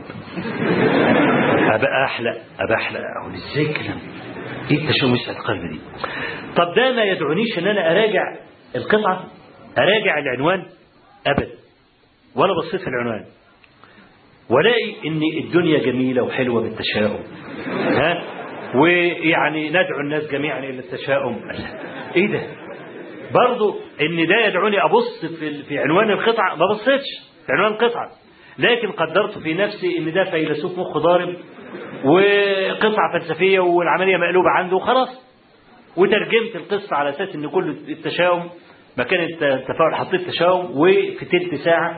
أبقى أحلق أقول إزاي الكلام إيه التشاؤم يسعد القلب دي؟ طب ده ما يدعونيش إن أنا أراجع القطعة، أراجع العنوان أبدا، ولا بصيت في العنوان ولاقي إن الدنيا جميلة وحلوة بالتشاؤم، ويعني ندعو الناس جميعا إلى التشاؤم. إيه ده؟ برضو إن ده يدعوني أبص في عنوان القطعة، ما بصيتش في عنوان القطعة، لكن قدرت في نفسي إن ده فيلسوف مخ ضارب وقطعة فلسفية والعملية مقلوبة عنده وخلاص، وترجمت القصة على أساس إن كل التشاؤم مكان التفاعل حطيت تشاؤم، وفي تلت ساعة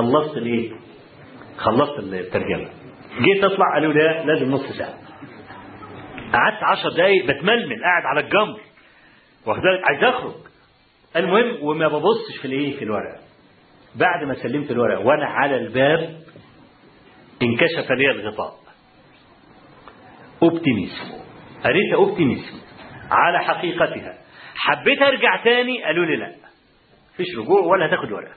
خلصت الترجمة. جيت أطلع قالوا لا لازم نص ساعة. قعدت 10 دقايق بتململ قاعد على الجمر عايز أخرج. المهم وما ببصش في الورقة. بعد ما سلمت الورقة وأنا على الباب انكشف لي الغطاء. أوبتيميزم، قريت أوبتيميزم على حقيقتها. حبيت أرجع تاني قالوا لي لا فيش رجوع ولا هتاخد ورقة.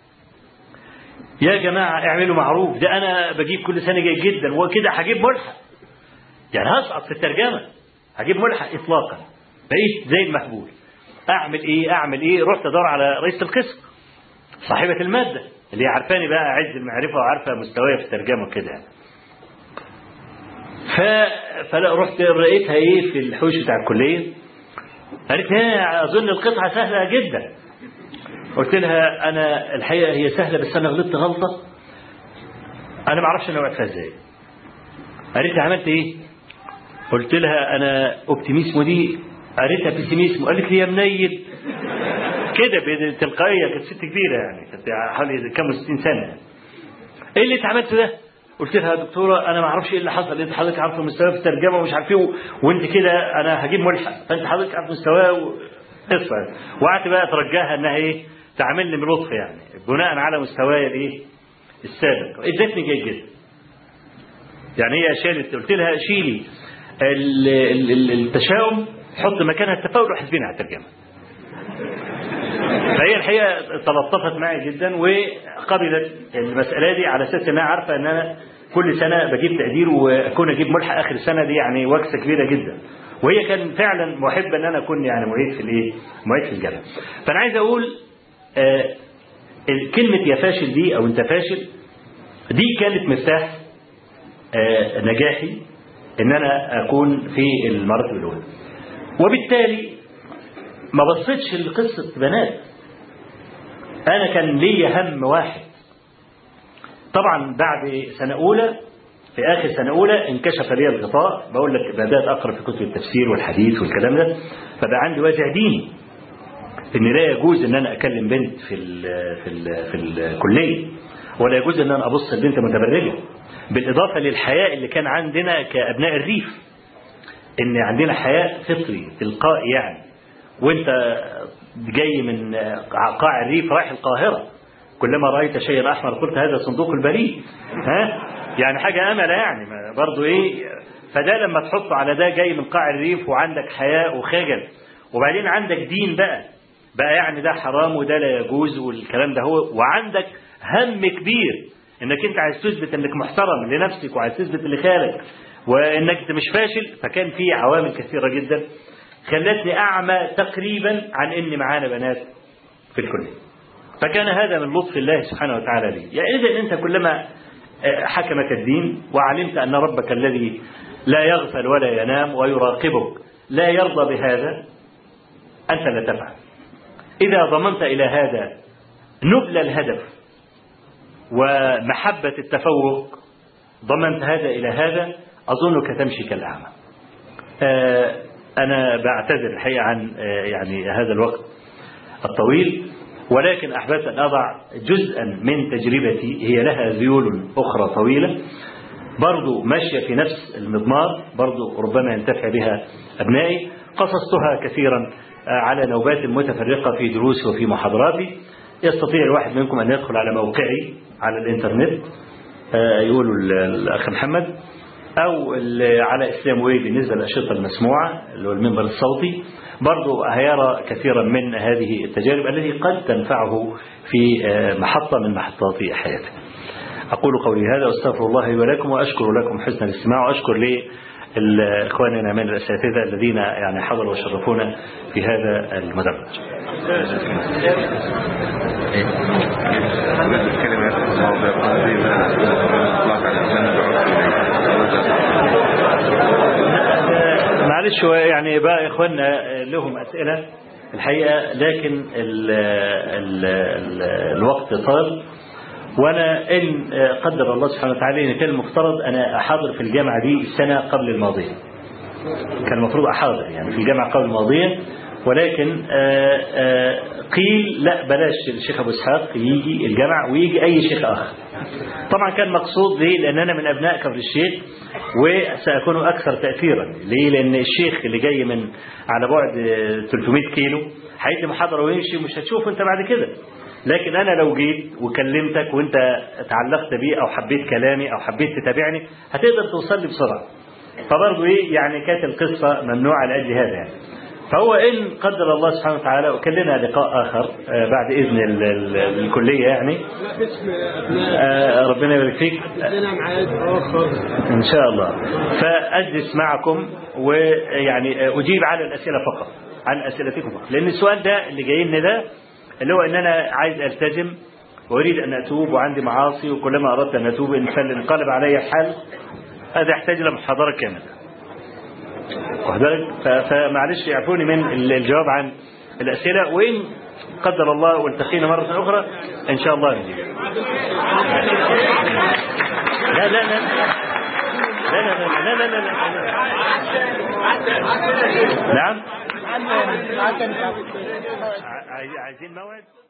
يا جماعة اعملوا معروف، ده أنا بجيب كل سنة جيد جدا وكده هجيب ملحق، يعني هسقط في الترجمة هجيب ملحق إطلاقا، بقيت زي المهبول. أعمل إيه؟ رحت أدور على رئيسة القسم صاحبة المادة اللي هي عارفاني بقى عز المعرفة وعارفة مستواي في الترجمة وكده. فرحت رأيتها في الحوش بتاع الكلية، قالت أظن القطعة سهلة جدا. قلت لها أنا الحقيقة هي سهلة بس أنا غلطت غلطة أنا ما أعرفش أنا وقتها إزاي. قالت لي عملت إيه؟ قلت لها أنا أوبتيميسمو دي قريتها بيسيميسمو. قالت لي يا منيل كده بتلقائية، كانت ست كبيرة يعني كانت حوالي كام 60 سنة. إيه اللي أنت عملته ده؟ قلت لها يا دكتورة أنا ما أعرفش إيه اللي حصل، أنت حضرتك عارفة مستواه في الترجمة ومش عارف إيه وأنت كده أنا هجيب ملحق، فأنت حضرتك عارفة مستواه قصة. وقعدت بقى أترجاها إنها تعاملني بلطف يعني بناء على مستواي السابق. ادتني جيد جدا يعني. هي شالت، قلت لها شيلي التشاؤم حط مكانها التفاؤل وحسبيني على الترجمة. فهي الحقيقة تلطفت معي جدا وقبلت المسألة دي على أساس أنها عارفة أن أنا كل سنة بجيب تقدير وأكون أجيب ملحق آخر السنة دي يعني وكسة كبيرة جدا. وهي كان فعلا محبة أن أنا أكون يعني معيد في الجامعة. فأنا عايز أقول كلمة يا فاشل دي أو أنت فاشل دي كانت مفتاح نجاحي أن أنا أكون في المرتبة الأولى. وبالتالي ما بصيتش لقصة بنات، أنا كان لي هم واحد. طبعا بعد سنة أولى في آخر سنة أولى انكشف لي الغطاء، بقول لك بدأت أقرأ في كتب التفسير والحديث والكلام ده، فبقى عندي وازع ديني إن لا يجوز إن أنا أكلم بنت في الكلية، ولا يجوز إن أنا أبص البنت متبرجة، بالإضافة للحياء اللي كان عندنا كأبناء الريف، إن عندنا حياء فطري تلقائي يعني. وانت جاي من قاع الريف رايح القاهرة كلما رأيت شيئا أحمر قلت هذا صندوق البريد، يعني حاجة أمل يعني برضو فده لما تحط على ده جاي من قاع الريف وعندك حياء وخجل، وبعدين عندك دين بقى يعني ده حرام وده لا يجوز والكلام ده وعندك هم كبير انك انت عايز تثبت انك محترم لنفسك وعايز تثبت لخالك وانك انت مش فاشل. فكان في عوامل كثيرة جدا خلتني أعمى تقريبا عن إن معانا بنات في الكلية. فكان هذا من لطف الله سبحانه وتعالى لي. يعني إذا أنت كلما حكمك الدين وعلمت أن ربك الذي لا يغفل ولا ينام ويراقبك لا يرضى بهذا، أنت لا تفعل. إذا ضمنت إلى هذا نبل الهدف ومحبة التفوق، ضمنت هذا إلى هذا، أظنك تمشي كالأعمى. أنا بعتذر الحقيقة عن يعني هذا الوقت الطويل، ولكن أحببت أن أضع جزءا من تجربتي هي لها ذيول أخرى طويلة برضو ماشية في نفس المضمار، برضو ربما ينتفع بها أبنائي. قصصتها كثيرا على نوبات متفرقة في دروسي وفي محاضراتي. يستطيع الواحد منكم أن يدخل على موقعي على الإنترنت، يقولوا الأخ محمد، أو على إسلام واي بالنسبة للأشرطة المسموعة اللي هو المنبر الصوتي، برضو هيرى كثيرا من هذه التجارب التي قد تنفعه في محطة من محطات حياته. أقول قولي هذا واستغفر الله لي ولكم، وأشكر لكم حسن الاستماع، وأشكر لإخواننا من الأساتذة الذين يعني حضروا وشرفونا في هذا المدرج. معلش يعني بقى إخواننا لهم أسئلة الحقيقة، لكن الوقت طال، وأنا إن قدر الله سبحانه وتعالى إن كان المفترض أنا أحاضر في الجامعة دي السنة قبل الماضية، كان المفروض أحاضر يعني في الجامعة قبل الماضية، ولكن قيل لا بلاش الشيخ أبو إسحاق يجي الجامعة ويجي أي شيخ آخر. طبعا كان مقصود ليه؟ لأن أنا من أبناء كفر الشيخ وسأكون أكثر تأثيرا. ليه؟ لأن الشيخ اللي جاي من على بعد 300 كيلو هيدي محاضرة ويمشي، مش هتشوفه أنت بعد كده. لكن أنا لو جيت وكلمتك وأنت تعلقت بي أو حبيت كلامي أو حبيت تتابعني هتقدر توصل لي بسرعة. فبرضه إيه يعني كانت القصة ممنوعة لأجل هذا يعني. فهو إن قدر الله سبحانه وتعالى وكان لنا لقاء آخر بعد إذن الكلية يعني، ربنا يبارك فيك إن شاء الله، فأجلس معكم ويعني أجيب على الأسئلة فقط، عن أسئلتكم فقط، لأن السؤال ده اللي جاي لنا ده اللي هو إن أنا عايز ألتزم وأريد أن أتوب وعندي معاصي، وكلما أردت أن أتوب انقلب علي الحال، هذا يحتاج إلى محاضرة كاملة. فمعلش يعفوني من الجواب عن الأسئلة، وإن قدر الله والتقينا مرة أخرى إن شاء الله نجيب. لا لا لا لا لا لا لا لا لا. نعم عايزين موعد.